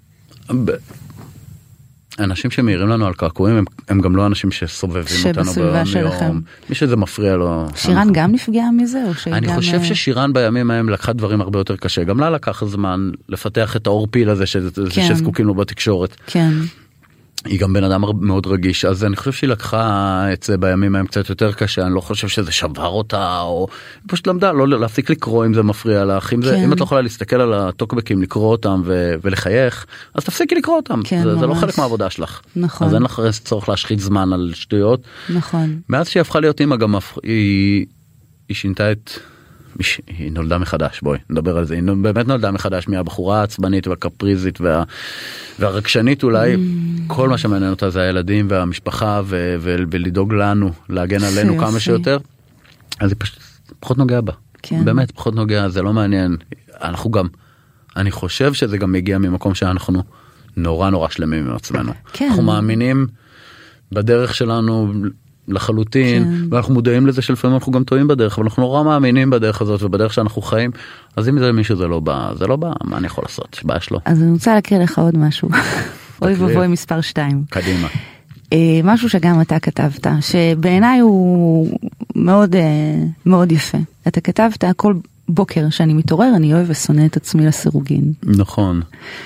Speaker 2: אנשים שמאירים לנו על קעקועים הם גם לא אנשים שסובבים אותנו ביום. מי שזה מפריע לו.
Speaker 1: שירן גם נפגעה מזה?
Speaker 2: אני חושב ששירן בימים ההם לקחה דברים הרבה יותר קשה. גם לה לקח זמן לפתח את האור פיל הזה שזקוקים לו בתקשורת. כן. היא גם בן אדם מאוד רגיש, אז אני חושב שהיא לקחה את זה בימים ההם קצת יותר קשה, אני לא חושב שזה שבר אותה, או היא פשוט למדה, לא להפסיק לקרוא אם זה מפריע לך, אם את לא יכולה להסתכל על הטוקבקים, לקרוא אותם ולחייך, אז תפסיקי לקרוא אותם, זה לא חלק מהעבודה שלך. נכון. אז אין לך צורך להשחית זמן על שטויות. נכון. מאז שהיא הפכה להיות אימא, גם היא שינתה את... היא נולדה מחדש, בואי נדבר על זה, היא באמת נולדה מחדש מהבחורה העצבנית והקפריזית והרגשנית אולי, כל מה שמעניין אותה זה הילדים והמשפחה ולדאוג לנו, להגן עלינו כמה שיותר, אז היא פחות נוגע בה, באמת פחות נוגע, זה לא מעניין, אנחנו גם, אני חושב שזה גם מגיע ממקום שאנחנו נורא שלמים עם עצמנו, אנחנו מאמינים בדרך שלנו לחלוטין, ואנחנו מודעים לזה שלפעמים אנחנו גם טועים בדרך, אבל אנחנו נורא מאמינים בדרך הזאת ובדרך שאנחנו חיים, אז אם זה מישהו זה לא בא, מה אני יכול לעשות? שבא שלו.
Speaker 1: אז אני רוצה להקריא לך עוד משהו. אוי ובואי מספר 2.
Speaker 2: קדימה.
Speaker 1: משהו שגם אתה כתבת, שבעיניי הוא מאוד מאוד יפה. אתה כתבת כל בוקר שאני מתעורר, אני אוהב ושונא את עצמי לסירוגין.
Speaker 2: נכון.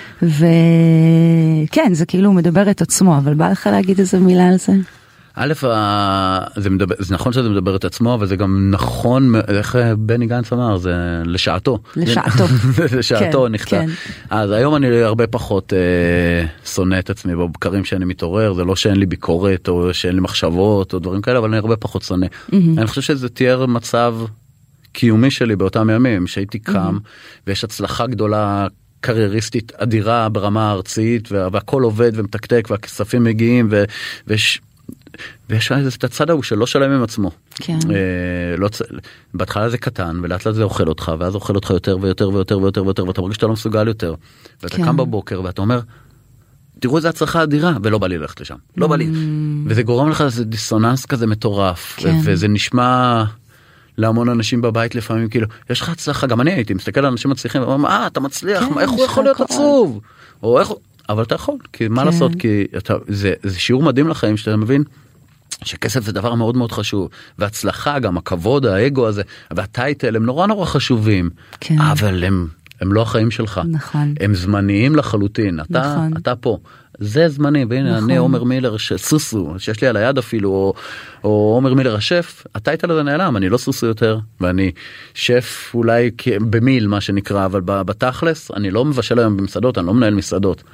Speaker 1: וכן, זה כאילו מדבר את עצמו, אבל בא לך להגיד איזה מילה על זה?
Speaker 2: א', זה נכון שזה מדבר את עצמו, אבל זה גם נכון, איך בני גנץ אמר, זה לשעתו. לשעתו נכתב. אז היום אני הרבה פחות שונא את עצמי בבקרים שאני מתעורר, זה לא שאין לי ביקורת, או שאין לי מחשבות, או דברים כאלה, אבל אני הרבה פחות שונא. אני חושב שזה תיאר מצב קיומי שלי באותם ימים, שהייתי קם, ויש הצלחה גדולה, קרייריסטית אדירה ברמה הארצית, והכל עובד ומתקתק, והכספים מגיעים, ויש את הצד ההוא שלא שלם עם עצמו. כן. בהתחלה זה קטן, ולאט לאט זה אוכל אותך, ואז אוכל אותך יותר ויותר ויותר ויותר ויותר, ואתה מרגיש שאתה לא מסוגל יותר. ואתה קם בבוקר, ואתה אומר, תראו איזה הצלחה אדירה, ולא בא לי ללכת לשם. לא בא לי. וזה גורם לך איזה דיסוננס כזה מטורף, וזה נשמע להמון אנשים בבית לפעמים, כאילו, יש לך הצלחה, גם אני הייתי מסתכל על אנשים מצליחים, ואומר, אתה מצליח, איך הוא יכול להיות עצוב? או איך... אבל אתה יכול, כי מה לעשות, כי זה שיעור מדהים לחיים, שאתה מבין שכסף זה דבר מאוד מאוד חשוב, והצלחה, גם הכבוד, האגו הזה, והטייטל, הם נורא חשובים, אבל הם לא החיים שלך, הם זמניים לחלוטין, אתה פה, זה זמני, והנה אני עומר מילר סוסו, שיש לי על היד אפילו, או עומר מילר השף, הטייטל הזה נעלם, אני לא סוסו יותר, ואני שף אולי במיל מה שנקרא, אבל בתכלס, אני לא מבשל היום במסעדות, אני לא מנהל מסעדות,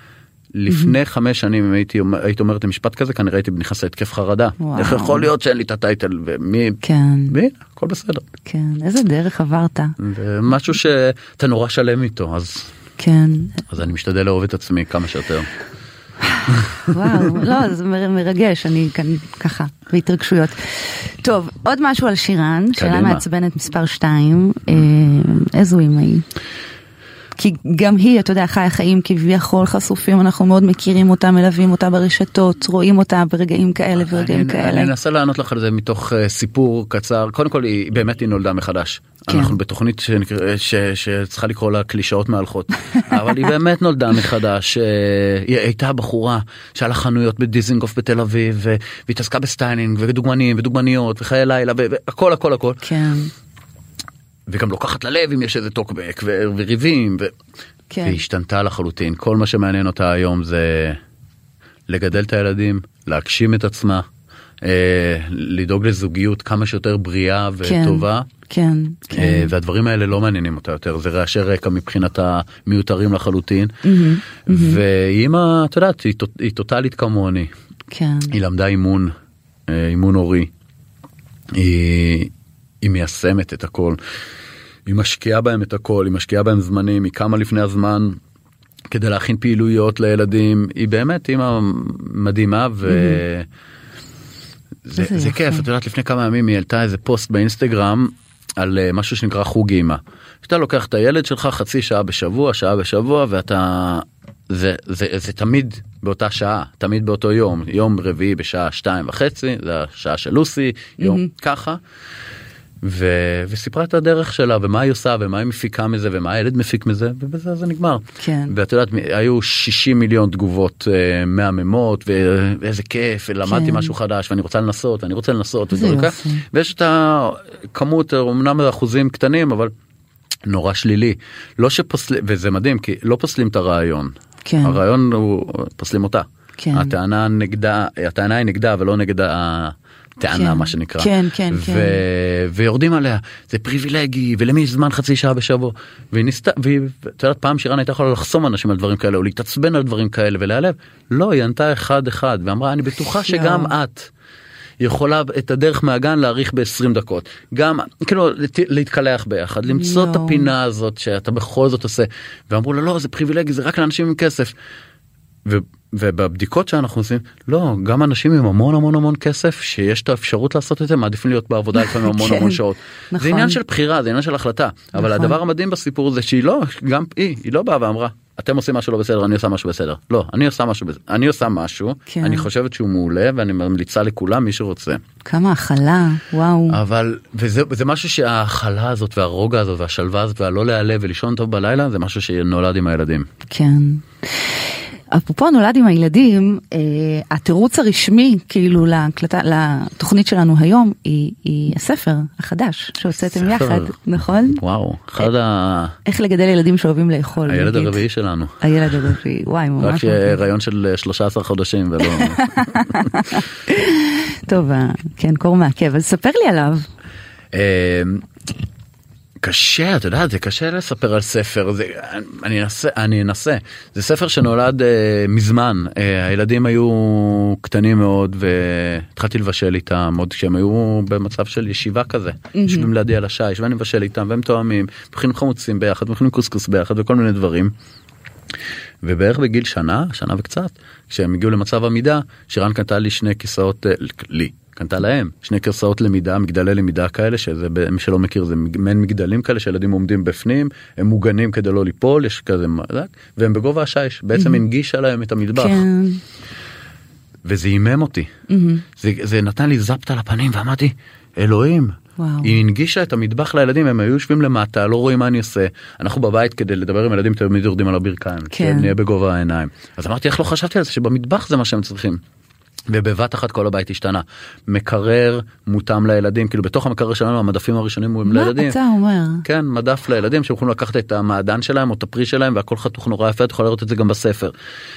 Speaker 2: לפני 5 שנים, אם הייתי אומרת משפט כזה, כנראה הייתי נכנס להתקף חרדה. איך יכול להיות שאין לי את הטייטל, ומי, הכל בסדר.
Speaker 1: כן, איזה דרך עברת.
Speaker 2: ומשהו שאתה נורא שלם איתו, אז אני משתדל לאהוב את עצמי כמה שיותר.
Speaker 1: וואו, לא, זה מרגש, אני כאן ככה, בהתרגשויות. טוב, עוד משהו על שירן, שאלה מעצבנת מספר 2, איזו אמא היא? כי גם היא, אתה יודע, חיה חיים כביכול חשופים, אנחנו מאוד מכירים אותה, מלווים אותה ברשתות, רואים אותה ברגעים כאלה ורגעים כאלה.
Speaker 2: אני אנסה לענות לך על זה מתוך סיפור קצר. קודם כל, היא נולדה מחדש. אנחנו בתוכנית שצריכה לקרוא לה קלישאות מהלכות. אבל היא באמת נולדה מחדש. היא הייתה בחורה שעלה חנויות בדיזינגוף בתל אביב, והתעסקה בסטיינינג, ודוגמנים, ודוגמניות, וחיי לילה, והכל, הכל, הכל.
Speaker 1: כן.
Speaker 2: וגם לוקחת ללב אם יש איזה טוקבק וריבים, והיא השתנתה לחלוטין. כל מה שמעניין אותה היום זה לגדל את הילדים, להגשים את עצמה, לדאוג לזוגיות כמה שיותר בריאה וטובה.
Speaker 1: כן.
Speaker 2: והדברים האלה לא מעניינים אותה יותר, זה רעשי רקע מבחינת המיותרים לחלוטין. ואמא, אתה יודעת, היא טוטלית כמוני. היא למדה אימון הורי. היא מיישמת את הכל. היא משקיעה בהם את הכל, היא משקיעה בהם זמנים, היא קמה לפני הזמן כדי להכין פעילויות לילדים. היא באמת אימא מדהימה, זה כיף. את יודעת, לפני כמה ימים היא העלתה איזה פוסט באינסטגרם על משהו שנקרא חוג אימא. שאתה לוקח את הילד שלך חצי שעה בשבוע, ואתה... זה תמיד באותה שעה, תמיד באותו יום. יום רביעי בשעה 2:30, זה השעה של לוסי, יום ככה. וסיפרה את הדרך שלה, ומה היא עושה, ומה היא מפיקה מזה, ומה הילד מפיק מזה, ובזה זה נגמר.
Speaker 1: כן.
Speaker 2: ואת יודעת, היו 60 מיליון תגובות מהממות, ואיזה כיף, ולמדתי משהו חדש, ואני רוצה לנסות, ויש את הכמות, אמנם אחוזים קטנים, אבל נורא שלילי. לא שפוסלים, וזה מדהים, כי לא פוסלים את הרעיון.
Speaker 1: כן.
Speaker 2: הרעיון הוא, פוסלים אותה.
Speaker 1: כן.
Speaker 2: הטענה היא נגדה, ולא נגד טענה, מה שנקרא.
Speaker 1: כן.
Speaker 2: ויורדים עליה, זה פריבילגי, ולמי יש זמן חצי שעה בשבוע. ואתה יודעת, פעם שירן הייתה יכולה לחסום אנשים על דברים כאלה, או להתעצבן על דברים כאלה, ולהלב. לא, היא ענתה אחד, ואמרה, אני בטוחה שגם את יכולה את הדרך מהגן להאריך ב-20 דקות. גם, כאילו, להתקלח ביחד, למצוא את הפינה הזאת, שאתה בכל זאת עושה. ואמרו לה, לא, זה פריבילגי, זה רק לאנשים עם כסף. ובבדיקות שאנחנו עושים, לא, גם אנשים עם המון כסף, שיש את האפשרות לעשות את זה, מעדיפים להיות בעבודה לפעמים המון שעות. זה עניין של בחירה, זה עניין של החלטה. אבל הדבר המדהים בסיפור זה שהיא לא, גם היא לא באה ואמרה, אתם עושים משהו לא בסדר, אני עושה משהו בסדר. לא, אני עושה משהו, אני חושבת שהוא מעולה, ואני ממליצה לכולם, מי שרוצה.
Speaker 1: כמה הכלה, וואו.
Speaker 2: אבל, וזה משהו שההכלה הזאת, והרוגע הזאת, והשלווה הזאת, והלא להיעלב ולישון טוב בלילה, זה משהו שנולד עם הילדים.
Speaker 1: כן. אפרופו נולד עם הילדים, התירוץ הרשמי כאילו לתוכנית שלנו היום היא הספר החדש שהוצאתם יחד, נכון?
Speaker 2: וואו,
Speaker 1: איך לגדל ילדים שאוהבים לאכול.
Speaker 2: הילד הרביעי שלנו.
Speaker 1: הילד הרביעי, וואי, ממש.
Speaker 2: רק שהיריון של 13 חודשים ולא...
Speaker 1: טוב, כן, קור מעכב, אז ספר לי עליו.
Speaker 2: קשה, אתה יודע, זה קשה לספר על ספר, אני אנסה. זה ספר שנולד מזמן, הילדים היו קטנים מאוד, והתחלתי לבשל איתם, עוד כשהם היו במצב של ישיבה כזה, יושבים לידי על השייש, ואני מבשל איתם, והם תואמים, מכינים חמוצים ביחד, מכינים קוסקוס ביחד, וכל מיני דברים. ובערך בגיל שנה וקצת, כשהם הגיעו למצב עמידה, שירן קנתה לי 2 כיסאות, קנתה להם 2 כיסאות למידה, מגדלי למידה כאלה, שזה, מי שלא מכיר, זה מעין מגדלים כאלה, שילדים עומדים בפנים, הם מוגנים כדי לא ליפול, יש כזה, והם בגובה השייש, בעצם הנגישה להם את המטבח.
Speaker 1: כן.
Speaker 2: וזה אימם אותי. זה נתן לי זפת על הפנים, ואמרתי, אלוהים, היא הנגישה את המטבח לילדים, הם היו יושבים למטה, לא רואים מה אני עושה. אנחנו בבית כדי לדבר עם ילדים, תמיד יורדים על הברכיים, שנהיה בגובה העיניים. אז אמרתי, איך לא חשבתי על זה, שבמטבח זה מה שהם צריכים. ובבת אחת כל הבית השתנה. מקרר מותאם לילדים, כאילו בתוך המקרר שלנו המדפים הראשונים הם לילדים.
Speaker 1: מה אתה אומר?
Speaker 2: כן, מדף לילדים שיכולים לקחת את המעדן שלהם או את הפרי שלהם, והכל חתוך נורא יפה, אתה יכול לראות את זה גם בספר.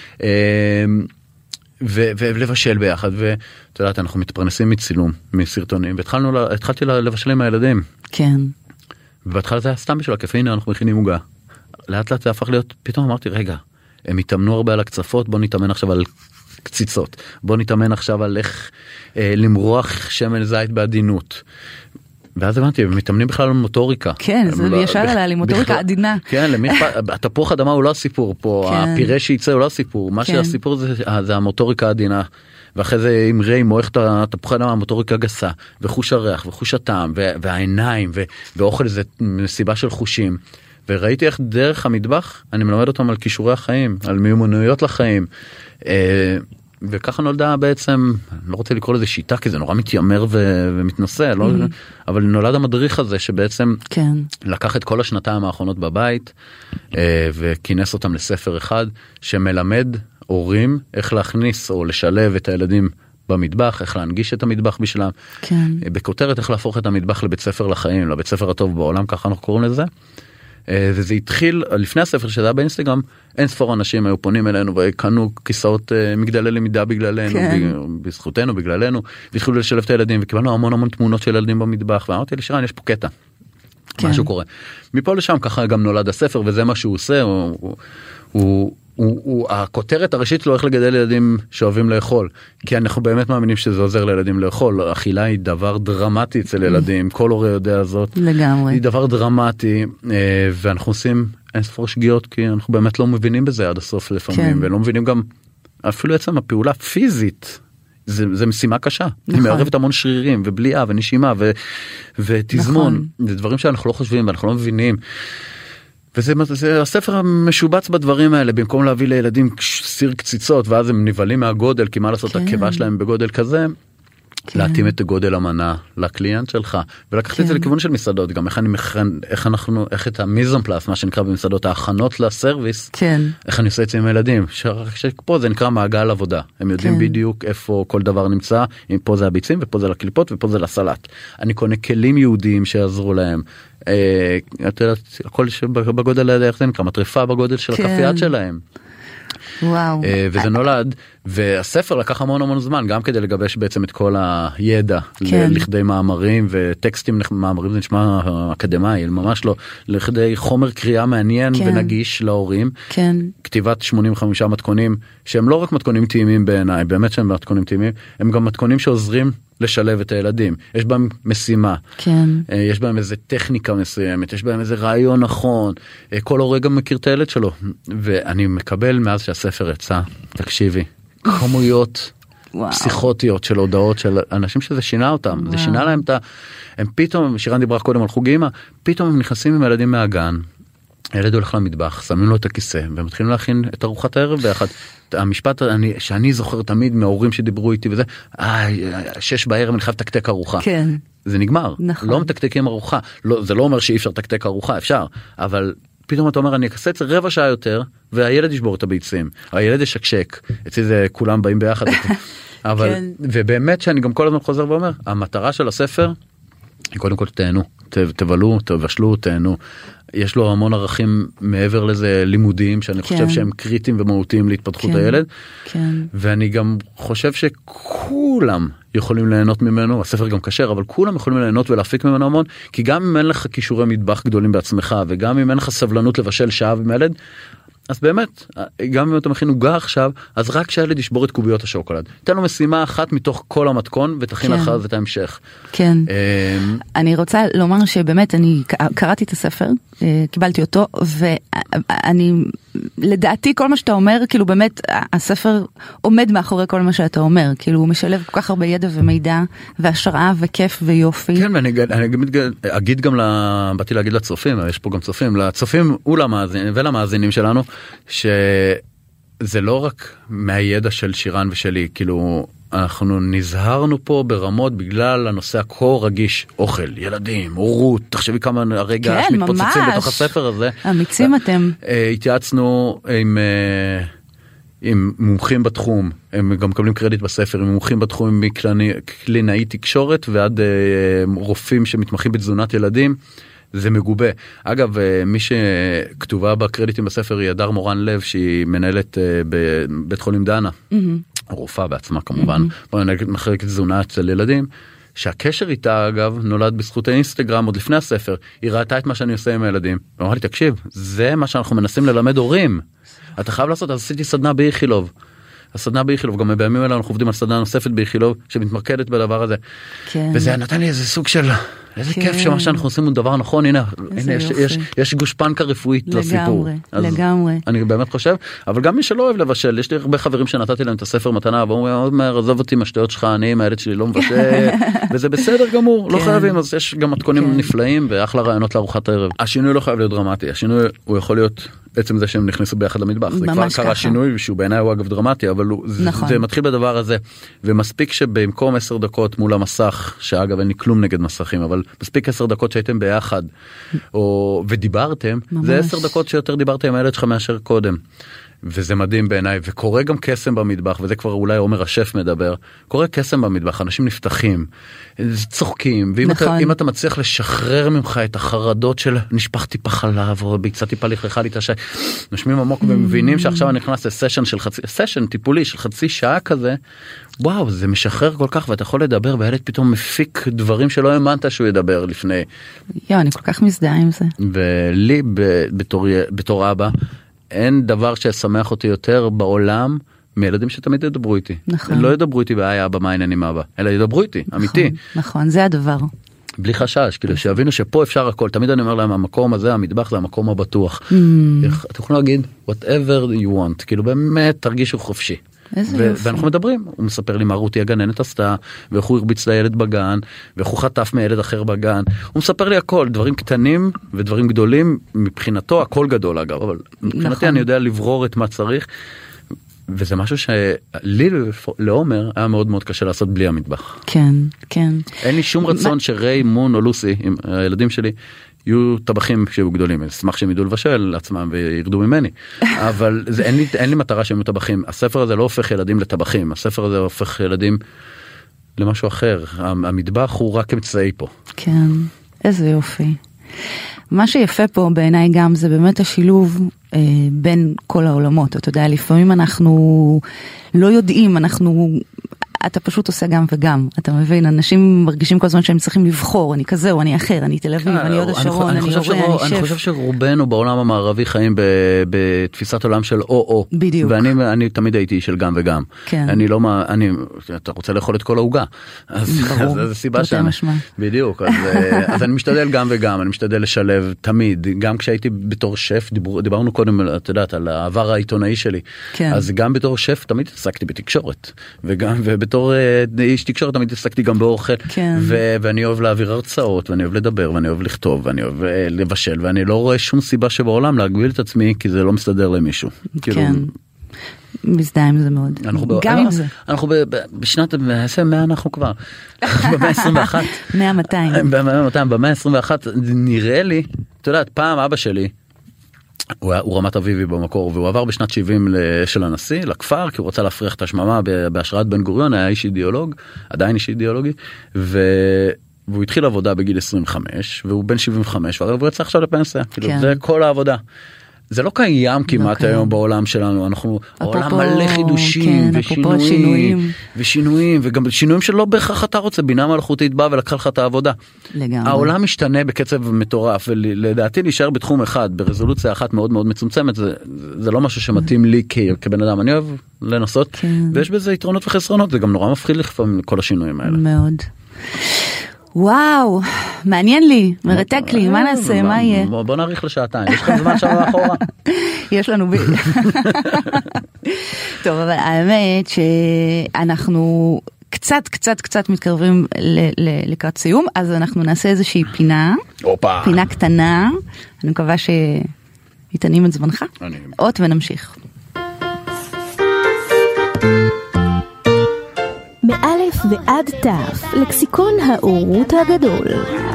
Speaker 2: ולבשל ביחד, ואתה יודעת, אנחנו מתפרנסים מצילום, מסרטונים, והתחלתי לבשל עם הילדים.
Speaker 1: כן.
Speaker 2: ובהתחלה זה היה סתם בשביל הכיף, הנה אנחנו מכינים עוגה. לאט לאט זה הפך להיות, פתאום אמרתי, רגע, הם התאמנו הרבה על הקצפות, בוא נתאמן עכשיו על קציצות, בוא נתאמן עכשיו על איך למרוח שמן זית בעדינות. ואז הבנתי, הם מתאמנים בכלל על מוטוריקה.
Speaker 1: כן, זה ישר עליה לי, מוטוריקה עדינה.
Speaker 2: כן, התפוח אדמה הוא לא הסיפור פה, הפירה שייצא הוא לא הסיפור, מה שהסיפור זה המוטוריקה העדינה. ואחרי זה עם ריי מועך את התפוח אדמה, המוטוריקה גסה, וחוש הריח, וחוש הטעם, והעיניים, ואוכל זה מסיבה של חושים. וראיתי איך דרך המטבח, אני מלמד אותם על כישורי החיים, על מיומנויות לחיים. וככה נולדה בעצם, אני לא רוצה לקרוא לזה שיטה, כי זה נורא מתיימר ומתנשא, לא? אבל נולד המדריך הזה שבעצם לקח את כל השנתיים האחרונות בבית, וכינס אותם לספר אחד, שמלמד הורים איך להכניס או לשלב את הילדים במטבח, איך להנגיש את המטבח בשלם. בכותרת איך להפוך את המטבח לבית ספר לחיים, לבית ספר הטוב בעולם, ככה אנחנו קוראים לזה. וזה התחיל לפני הספר שזה היה באינסטגרם, אין ספור אנשים היו פונים אלינו וקנו כיסאות מגדלי למידה בגללנו, בזכותנו, בגללנו, והתחילו לשלב את הילדים וקיבלנו המון תמונות של ילדים במטבח, ואמרתי לי שירן, יש פה קטע, משהו קורה. מפה לשם ככה גם נולד הספר, וזה מה שהוא עושה, הכותרת הראשית שלו איך לגדל ילדים שאוהבים לאכול, כי אנחנו באמת מאמינים שזה עוזר לילדים לאכול. אכילה היא דבר דרמטי אצל ילדים, כל הורה יודע זאת.
Speaker 1: לגמרי.
Speaker 2: היא דבר דרמטי, ואנחנו עושים אין ספור שגיאות, כי אנחנו באמת לא מבינים בזה עד הסוף לפעמים, ולא מבינים גם אפילו עצם הפעולה פיזית. זה משימה קשה, היא מערבת המון שרירים ובליעה ונשימה ותזמון, זה דברים שאנחנו לא חושבים ואנחנו לא מבינים. וזה הספר המשובץ בדברים האלה, במקום להביא לילדים סיר קציצות, ואז הם נבלים מהגודל, כי מה לעשות, הקיבה שלהם בגודל כזה, להתאים את גודל המנה לקליינט שלך, ולקחת את זה לכיוון של מסעדות, גם איך את המיזנפלס, מה שנקרא במסעדות, ההכנות לסרוויס, איך אני עושה את זה עם הילדים, שפה זה נקרא מעגל עבודה, הם יודעים בדיוק איפה כל דבר נמצא, אם פה זה הביצים, ופה זה לקליפות, ופה זה לסלט. אני קונה כלים יהודיים שיעזרו להם, הכל בגודל האלה, איך זה נקרא, מטריפה בגודל של הקפיית שלהם.
Speaker 1: וואו.
Speaker 2: וזה נולד, והספר לקח המון זמן, גם כדי לגבש בעצם את כל הידע, לכדי מאמרים וטקסטים, מאמרים זה נשמע אקדמי, ממש לא, לכדי חומר קריאה מעניין ונגיש להורים, כתיבת 85 מתכונים, שהם לא רק מתכונים טעימים בעיניי, באמת שהם מתכונים טעימים, הם גם מתכונים שעוזרים לשלב את הילדים, יש בהם משימה, יש בהם איזה טכניקה מסוימת, יש בהם איזה רעיון נכון, כל הורה גם מכיר את הילד שלו, ואני מקבל מאז שהספר יצא, תקשיבי, כמויות פסיכוטיות של הודעות של אנשים שזה שינה אותם, זה שינה להם הם פתאום, שירן דיברה קודם על חוג אמא, פתאום הם נכנסים עם הילדים מהגן, הילד הולך למטבח, שמים לו את הכיסא, ומתחילים להכין את ארוחת הערב ביחד. המשפט שאני זוכר תמיד מההורים שדיברו איתי וזה, 6 בערב אני חייב תקתק ארוחה.
Speaker 1: כן.
Speaker 2: זה נגמר. נכון. לא מתקתקים ארוחה. לא, זה לא אומר שאי אפשר תקתק ארוחה, אפשר. אבל פתאום אתה אומר, אני אקסץ רבע שעה יותר, והילד ישבור את הביצים. הילד ישקשק. אצלי זה כולם באים ביחד. אבל, ובאמת שאני גם כל הזמן חוזר ואומר, המטרה של הספר, קודם כל תהנו. תבלו, תבשלו, תהנו. יש לו המון ערכים מעבר לזה לימודיים, שאני חושב שהם קריטיים ומהותיים להתפתחות הילד. ואני גם חושב שכולם יכולים ליהנות ממנו, הספר גם קשר, אבל כולם יכולים ליהנות ולהפיק ממנו המון, כי גם אם אין לך כישורי מטבח גדולים בעצמך, וגם אם אין לך סבלנות לבשל שעה עם ילד, אז באמת, גם אם אתה מכין עוגה עכשיו, אז רק שהילד ישבור את קוביות השוקולד. תן לו משימה אחת מתוך כל המתכון, ותכין אחר את ההמשך.
Speaker 1: כן. אני רוצה לומר שבאמת, אני קראתי את הספר, קיבלתי אותו, ואני, לדעתי, כל מה שאתה אומר, כאילו באמת, הספר עומד מאחורי כל מה שאתה אומר, כאילו הוא משלב כל כך הרבה ידע ומידע, והשראה וכיף ויופי.
Speaker 2: כן, ואני אגיד גם, באתי להגיד לצופים, יש פה גם צופים, לצופים ולמאזינים שלנו, שזה לא רק מהידע של שירן ושלי, כאילו אנחנו נזהרנו פה ברמות בגלל הנושא הכה רגיש, אוכל, ילדים, הורות, תחשבי כמה הרגע מתפוצצים בתוך הספר הזה.
Speaker 1: אמיצים אתם.
Speaker 2: התייעצנו עם מומחים בתחום, הם גם מקבלים קרדיט בספר, עם מומחים בתחום מקלינאי תקשורת ועד רופאים שמתמחים בתזונת ילדים, זה מגובה. אגב, מי שכתובה בקרדיטים בספר היא הדר מורן לב, שהיא מנהלת בבית חולים דנה, רופאה בעצמה כמובן, מחלקת תזונה אצל ילדים, שהקשר איתה אגב נולד בזכות האינסטגרם עוד לפני הספר, היא ראתה את מה שאני עושה עם הילדים, ואמרה לי, תקשיב, זה מה שאנחנו מנסים ללמד הורים. אתה חייב לעשות, אז עשיתי סדנה באיכילוב. הסדנה באיכילוב, גם בימים האלה אנחנו עובדים על סדנה נוספת באיכילוב, שמתמקדת בדבר הזה.
Speaker 1: כן.
Speaker 2: וזה נתן לי איזה סוג של, איזה כיף שמה שאנחנו עושים הוא דבר נכון, הנה יש גושפנקה רפואית לסיפור.
Speaker 1: לגמרי.
Speaker 2: אני באמת חושב, אבל גם מי שלא אוהב לבשל, יש לי הרבה חברים שנתתי להם את הספר מתנה, והוא אומר, עזוב אותי מהשטויות שלך, אני עם הילד שלי לא מבשל, וזה בסדר גמור, לא חייבים, אז יש גם מתכונים נפלאים, ואחלה רעיונות לארוחת הערב. השינוי לא חייב להיות דרמטי, השינוי הוא יכול להיות עצם זה שהם נכנסו ביחד למטבח, זה כבר קרה שינוי שהוא בעיניי הוא אגב דרמטי, אבל זה מתחיל בדבר הזה, ומספיק שבמקום 10 דקות מול המסך, שאגב אין לי כלום נגד מסכים, אבל מספיק 10 דקות שהייתם ביחד, ודיברתם, זה 10 דקות שיותר דיברתם עם הילד שלך מאשר קודם. וזה מדהים בעיניי, וקורה גם קסם במטבח, וזה כבר אולי עומר השף מדבר, קורה קסם במטבח, אנשים נפתחים, צוחקים, ואם אתה מצליח לשחרר ממך את החרדות של נשפך טיפה חלב, או ביצה טיפה לכלכה לי את השי, נשמים עמוק ומבינים שעכשיו אני נכנס לסשן טיפולי של חצי שעה כזה, וואו, זה משחרר כל כך, ואתה יכול לדבר, והילד פתאום מפיק דברים שלא האמנת שהוא ידבר לפני.
Speaker 1: אני כל כך מזדהה עם זה.
Speaker 2: ולי בתור אבא, אין דבר שישמח אותי יותר בעולם מילדים שתמיד ידברו איתי. נכון. לא ידברו איתי בעיה אבא, מה העניין עם אבא, אלא ידברו איתי, אמיתי.
Speaker 1: נכון, זה הדבר.
Speaker 2: בלי חשש, כאילו שיבינו שפה אפשר הכל, תמיד אני אומר להם, המקום הזה, המטבח זה המקום הבטוח. אתה יכול להגיד, whatever you want, כאילו באמת תרגישו חופשי. ואנחנו מדברים, הוא מספר לי מה רותי הגננת עשתה, ואיך הוא הרביץ לילד בגן, ואיך הוא חטף מילד אחר בגן, הוא מספר לי הכל, דברים קטנים ודברים גדולים, מבחינתו הכל גדול אגב, אבל מבחינתי אני יודע לברור את מה צריך, וזה משהו שלי לעומר היה מאוד מאוד קשה לעשות בלי המטבח.
Speaker 1: כן, כן. אין
Speaker 2: לי שום רצון שריי, מון או לוסי, עם הילדים שלי, יהיו טבחים שהיו גדולים, אשמח שהם ידעו לבשל לעצמם וירדו ממני, אבל אין לי מטרה שהם יהיו טבחים, הספר הזה לא הופך ילדים לטבחים, הספר הזה הופך ילדים למשהו אחר, המטבח הוא רק אמצעי פה.
Speaker 1: כן, איזה יופי. מה שיפה פה בעיניי גם זה באמת השילוב בין כל העולמות, אתה יודע, לפעמים אנחנו לא יודעים, אתה פשוט עושה גם וגם, אתה מבין, אנשים מרגישים כל הזמן שהם צריכים לבחור, אני כזה, או אני אחר, אני תל אביב, אני עוד השרון, אני יורה, אני שף.
Speaker 2: אני חושב שרובנו בעולם המערבי חיים בתפיסת עולם של או-או.
Speaker 1: בדיוק.
Speaker 2: ואני תמיד הייתי של גם וגם.
Speaker 1: כן.
Speaker 2: אתה רוצה לאכול את כל העוגה.
Speaker 1: ברור.
Speaker 2: אז זה סיבה שאני. בדיוק. אז אני משתדל גם וגם, אני משתדל לשלב תמיד, גם כשהייתי בתור שף, דיברנו קודם, את יודעת, על העבר העיתונאי שלי.
Speaker 1: כן.
Speaker 2: אז גם בתור שף תמיד עסקתי בתקשורת. בתור איש תקשורת תמיד עסקתי גם באוכל,
Speaker 1: כן.
Speaker 2: ואני אוהב להעביר הרצאות, ואני אוהב לדבר, ואני אוהב לכתוב, ואני אוהב לבשל, ואני לא רואה שום סיבה שבעולם להגביל את עצמי, כי זה לא מסתדר למישהו.
Speaker 1: כן. מזדהה עם זה מאוד. גם עם זה.
Speaker 2: אנחנו בשנת, מה אנחנו כבר? במאה ה-21.
Speaker 1: 100-200.
Speaker 2: במאה ה-21 נראה לי, אתה יודעת, פעם אבא שלי, הוא רמת אביבי במקור, והוא עבר בשנת 70 של הנשיא, לכפר, כי הוא רצה להפריח את השממה בהשראת בן גוריון, היה איש אידיאולוג, עדיין איש אידיאולוגי, והוא התחיל עבודה בגיל 25, והוא בן 75, והוא יצא עכשיו לפנסיה, כאילו, זה כל העבודה. זה לא קיים כמעט היום בעולם שלנו, אנחנו העולם מלא חידושים ושינויים, וגם שינויים שלא בהכרח אתה רוצה, בינה מלאכותית באה ולקחה לך את העבודה.
Speaker 1: לגמרי.
Speaker 2: העולם משתנה בקצב מטורף, ולדעתי להישאר בתחום אחד, ברזולוציה אחת מאוד מאוד מצומצמת, זה לא משהו שמתאים לי כבן אדם, אני אוהב לנסות, ויש בזה יתרונות וחסרונות, זה גם נורא מפחיד לפעמים כל השינויים האלה.
Speaker 1: מאוד. וואו, מעניין לי, מרתק לי, מה נעשה, מה יהיה?
Speaker 2: בוא נאריך לשעתיים, יש לכם זמן שם מאחורה?
Speaker 1: יש לנו טוב, אבל האמת שאנחנו קצת מתקרבים לקראת סיום, אז אנחנו נעשה איזושהי פינה קטנה, אני מקווה שיתנים את זמנך, אות ונמשיך.
Speaker 3: מאלף ועד תף, לקסיקון האורות הגדול.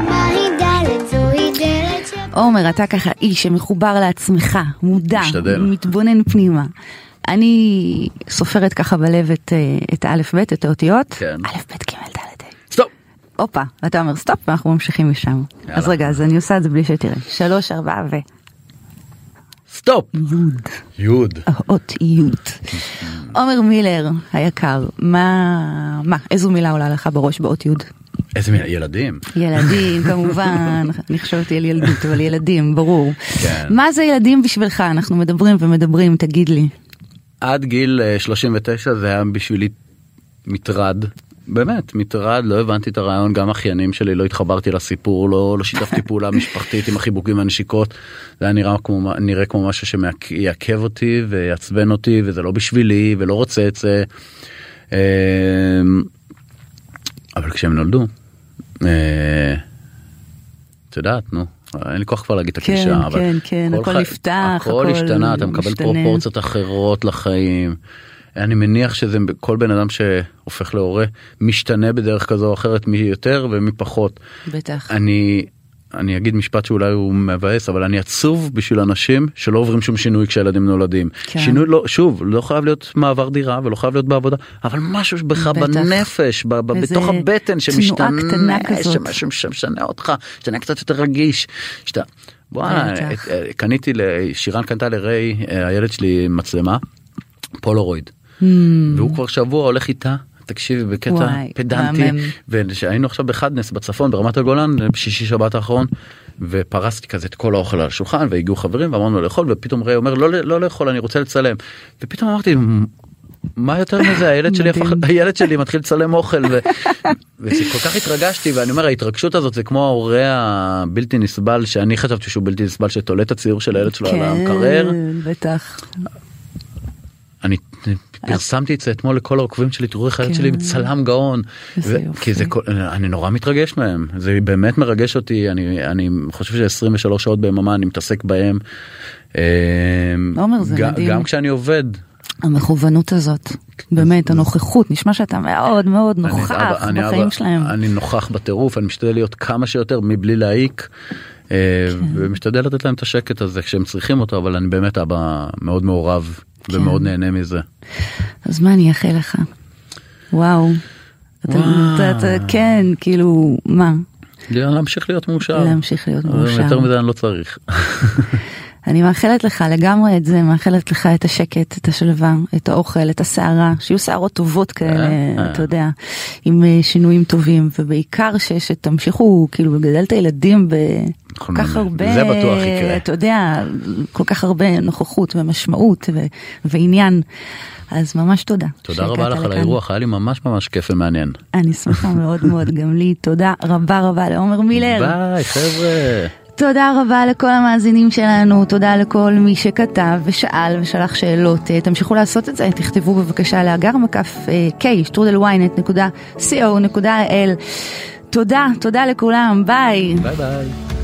Speaker 1: עומר, אתה ככה איש שמחובר לעצמך, מודע, מתבונן פנימה. אני סופרת ככה בלב את האלף בית, את האותיות.
Speaker 2: כן.
Speaker 1: אלף בית ג' ד'.
Speaker 2: סטופ!
Speaker 1: אופה, אתה אומר סטופ, ואנחנו ממשיכים משם. אז רגע, אז אני עושה את זה בלי שתראה. 3, 4 ו...
Speaker 2: סטופ! יוד.
Speaker 1: אות יוד. עומר מילר, היקר, איזו מילה עולה לך בראש באות יוד?
Speaker 2: איזה מיני ילדים?
Speaker 1: ילדים, כמובן, אני חשבתי על ילדות, אבל ילדים, ברור.
Speaker 2: כן.
Speaker 1: מה זה ילדים בשבילך? אנחנו מדברים ומדברים, תגיד לי.
Speaker 2: עד גיל 39 זה היה בשבילי מטרד. באמת, מטרד, לא הבנתי את הרעיון, גם אחיינים שלי, לא התחברתי לסיפור, לא שיתפתי פעולה משפחתית עם החיבוקים והנשיקות, זה היה נראה כמו משהו שיעכב אותי ויעצבן אותי, וזה לא בשבילי, ולא רוצה את זה. אבל כשהם נולדו, את יודעת, נו, אין לי כוח כבר להגיד את הקלישה, אבל
Speaker 1: כן, הכל נפתח,
Speaker 2: הכל השתנה, אתה מקבל פרופורציות אחרות לחיים. אני מניח שזה כל בן אדם שהופך להורה משתנה בדרך כזו או אחרת, מי יותר ומי פחות.
Speaker 1: בטח.
Speaker 2: אני אגיד משפט שאולי הוא מבאס, אבל אני עצוב בשביל אנשים שלא עוברים שום שינוי כשילדים נולדים.
Speaker 1: כן.
Speaker 2: שינוי לא, שוב, לא חייב להיות מעבר דירה ולא חייב להיות בעבודה, אבל משהו בך בנפש, בתוך הבטן שמשתנה, שמשהו שמשנה אותך, שאתה קצת יותר רגיש, שאתה, קניתי, שירן קנתה לריי, הילד שלי מצלמה, פולרויד. והוא כבר שבוע הולך איתה, תקשיבי, בקטע פדנטי, והיינו עכשיו בחדנס בצפון ברמת הגולן בשישי שבת האחרון, ופרסתי כזה את כל האוכל על השולחן, והגיעו חברים ואמרנו לאכול, ופתאום ריי אומר לא לאכול, אני רוצה לצלם, ופתאום אמרתי, מה יותר מזה, הילד שלי מתחיל לצלם אוכל, וכל כך התרגשתי, ואני אומר, ההתרגשות הזאת זה כמו ההורה הבלתי נסבל, שאני חשבתי שהוא בלתי נסבל, שתולה את הציור של הילד שלו על המקרר.
Speaker 1: כן, בטח.
Speaker 2: אני פרסמתי את זה אתמול לכל העוקבים שלי, תראו איך הילד שלי צלם גאון, כי אני נורא מתרגש מהם, זה באמת מרגש אותי, אני חושב ש23 שעות ביממה אני מתעסק בהם, גם כשאני עובד.
Speaker 1: המכוונות הזאת, באמת, הנוכחות, נשמע שאתה מאוד מאוד נוכח בחיים שלהם.
Speaker 2: אני נוכח בטירוף, אני משתדל להיות כמה שיותר מבלי להעיק, ומשתדל לתת להם את השקט הזה כשהם צריכים אותו, אבל אני באמת אבא מאוד מעורב ומאוד נהנה מזה. אז
Speaker 1: מה אני אאחל לך? וואו. כן, כאילו, מה?
Speaker 2: להמשיך להיות מאושר.
Speaker 1: להמשיך להיות מאושר.
Speaker 2: יותר מזה אני לא צריך.
Speaker 1: אני מאחלת לך לגמרי את זה, מאחלת לך את השקט, את השלווה, את האוכל, את השערה, שיהיו שערות טובות כאלה, אתה יודע, עם שינויים טובים, ובעיקר שתמשיכו כאילו לגדל את הילדים בכל כך הרבה,
Speaker 2: זה בטוח יקרה.
Speaker 1: אתה יודע, כל כך הרבה נוכחות ומשמעות ועניין. אז ממש תודה.
Speaker 2: תודה רבה לך על האירוח, היה לי ממש ממש כיף ומעניין.
Speaker 1: אני שמחה מאוד מאוד גם לי, תודה רבה רבה לעומר מילר.
Speaker 2: ביי חבר'ה.
Speaker 1: תודה רבה לכל המאזינים שלנו, תודה לכל מי שכתב ושאל ושלח שאלות. תמשיכו לעשות את זה, תכתבו בבקשה lagar_k@ynet.co.il. תודה לכולם, ביי.
Speaker 2: ביי ביי.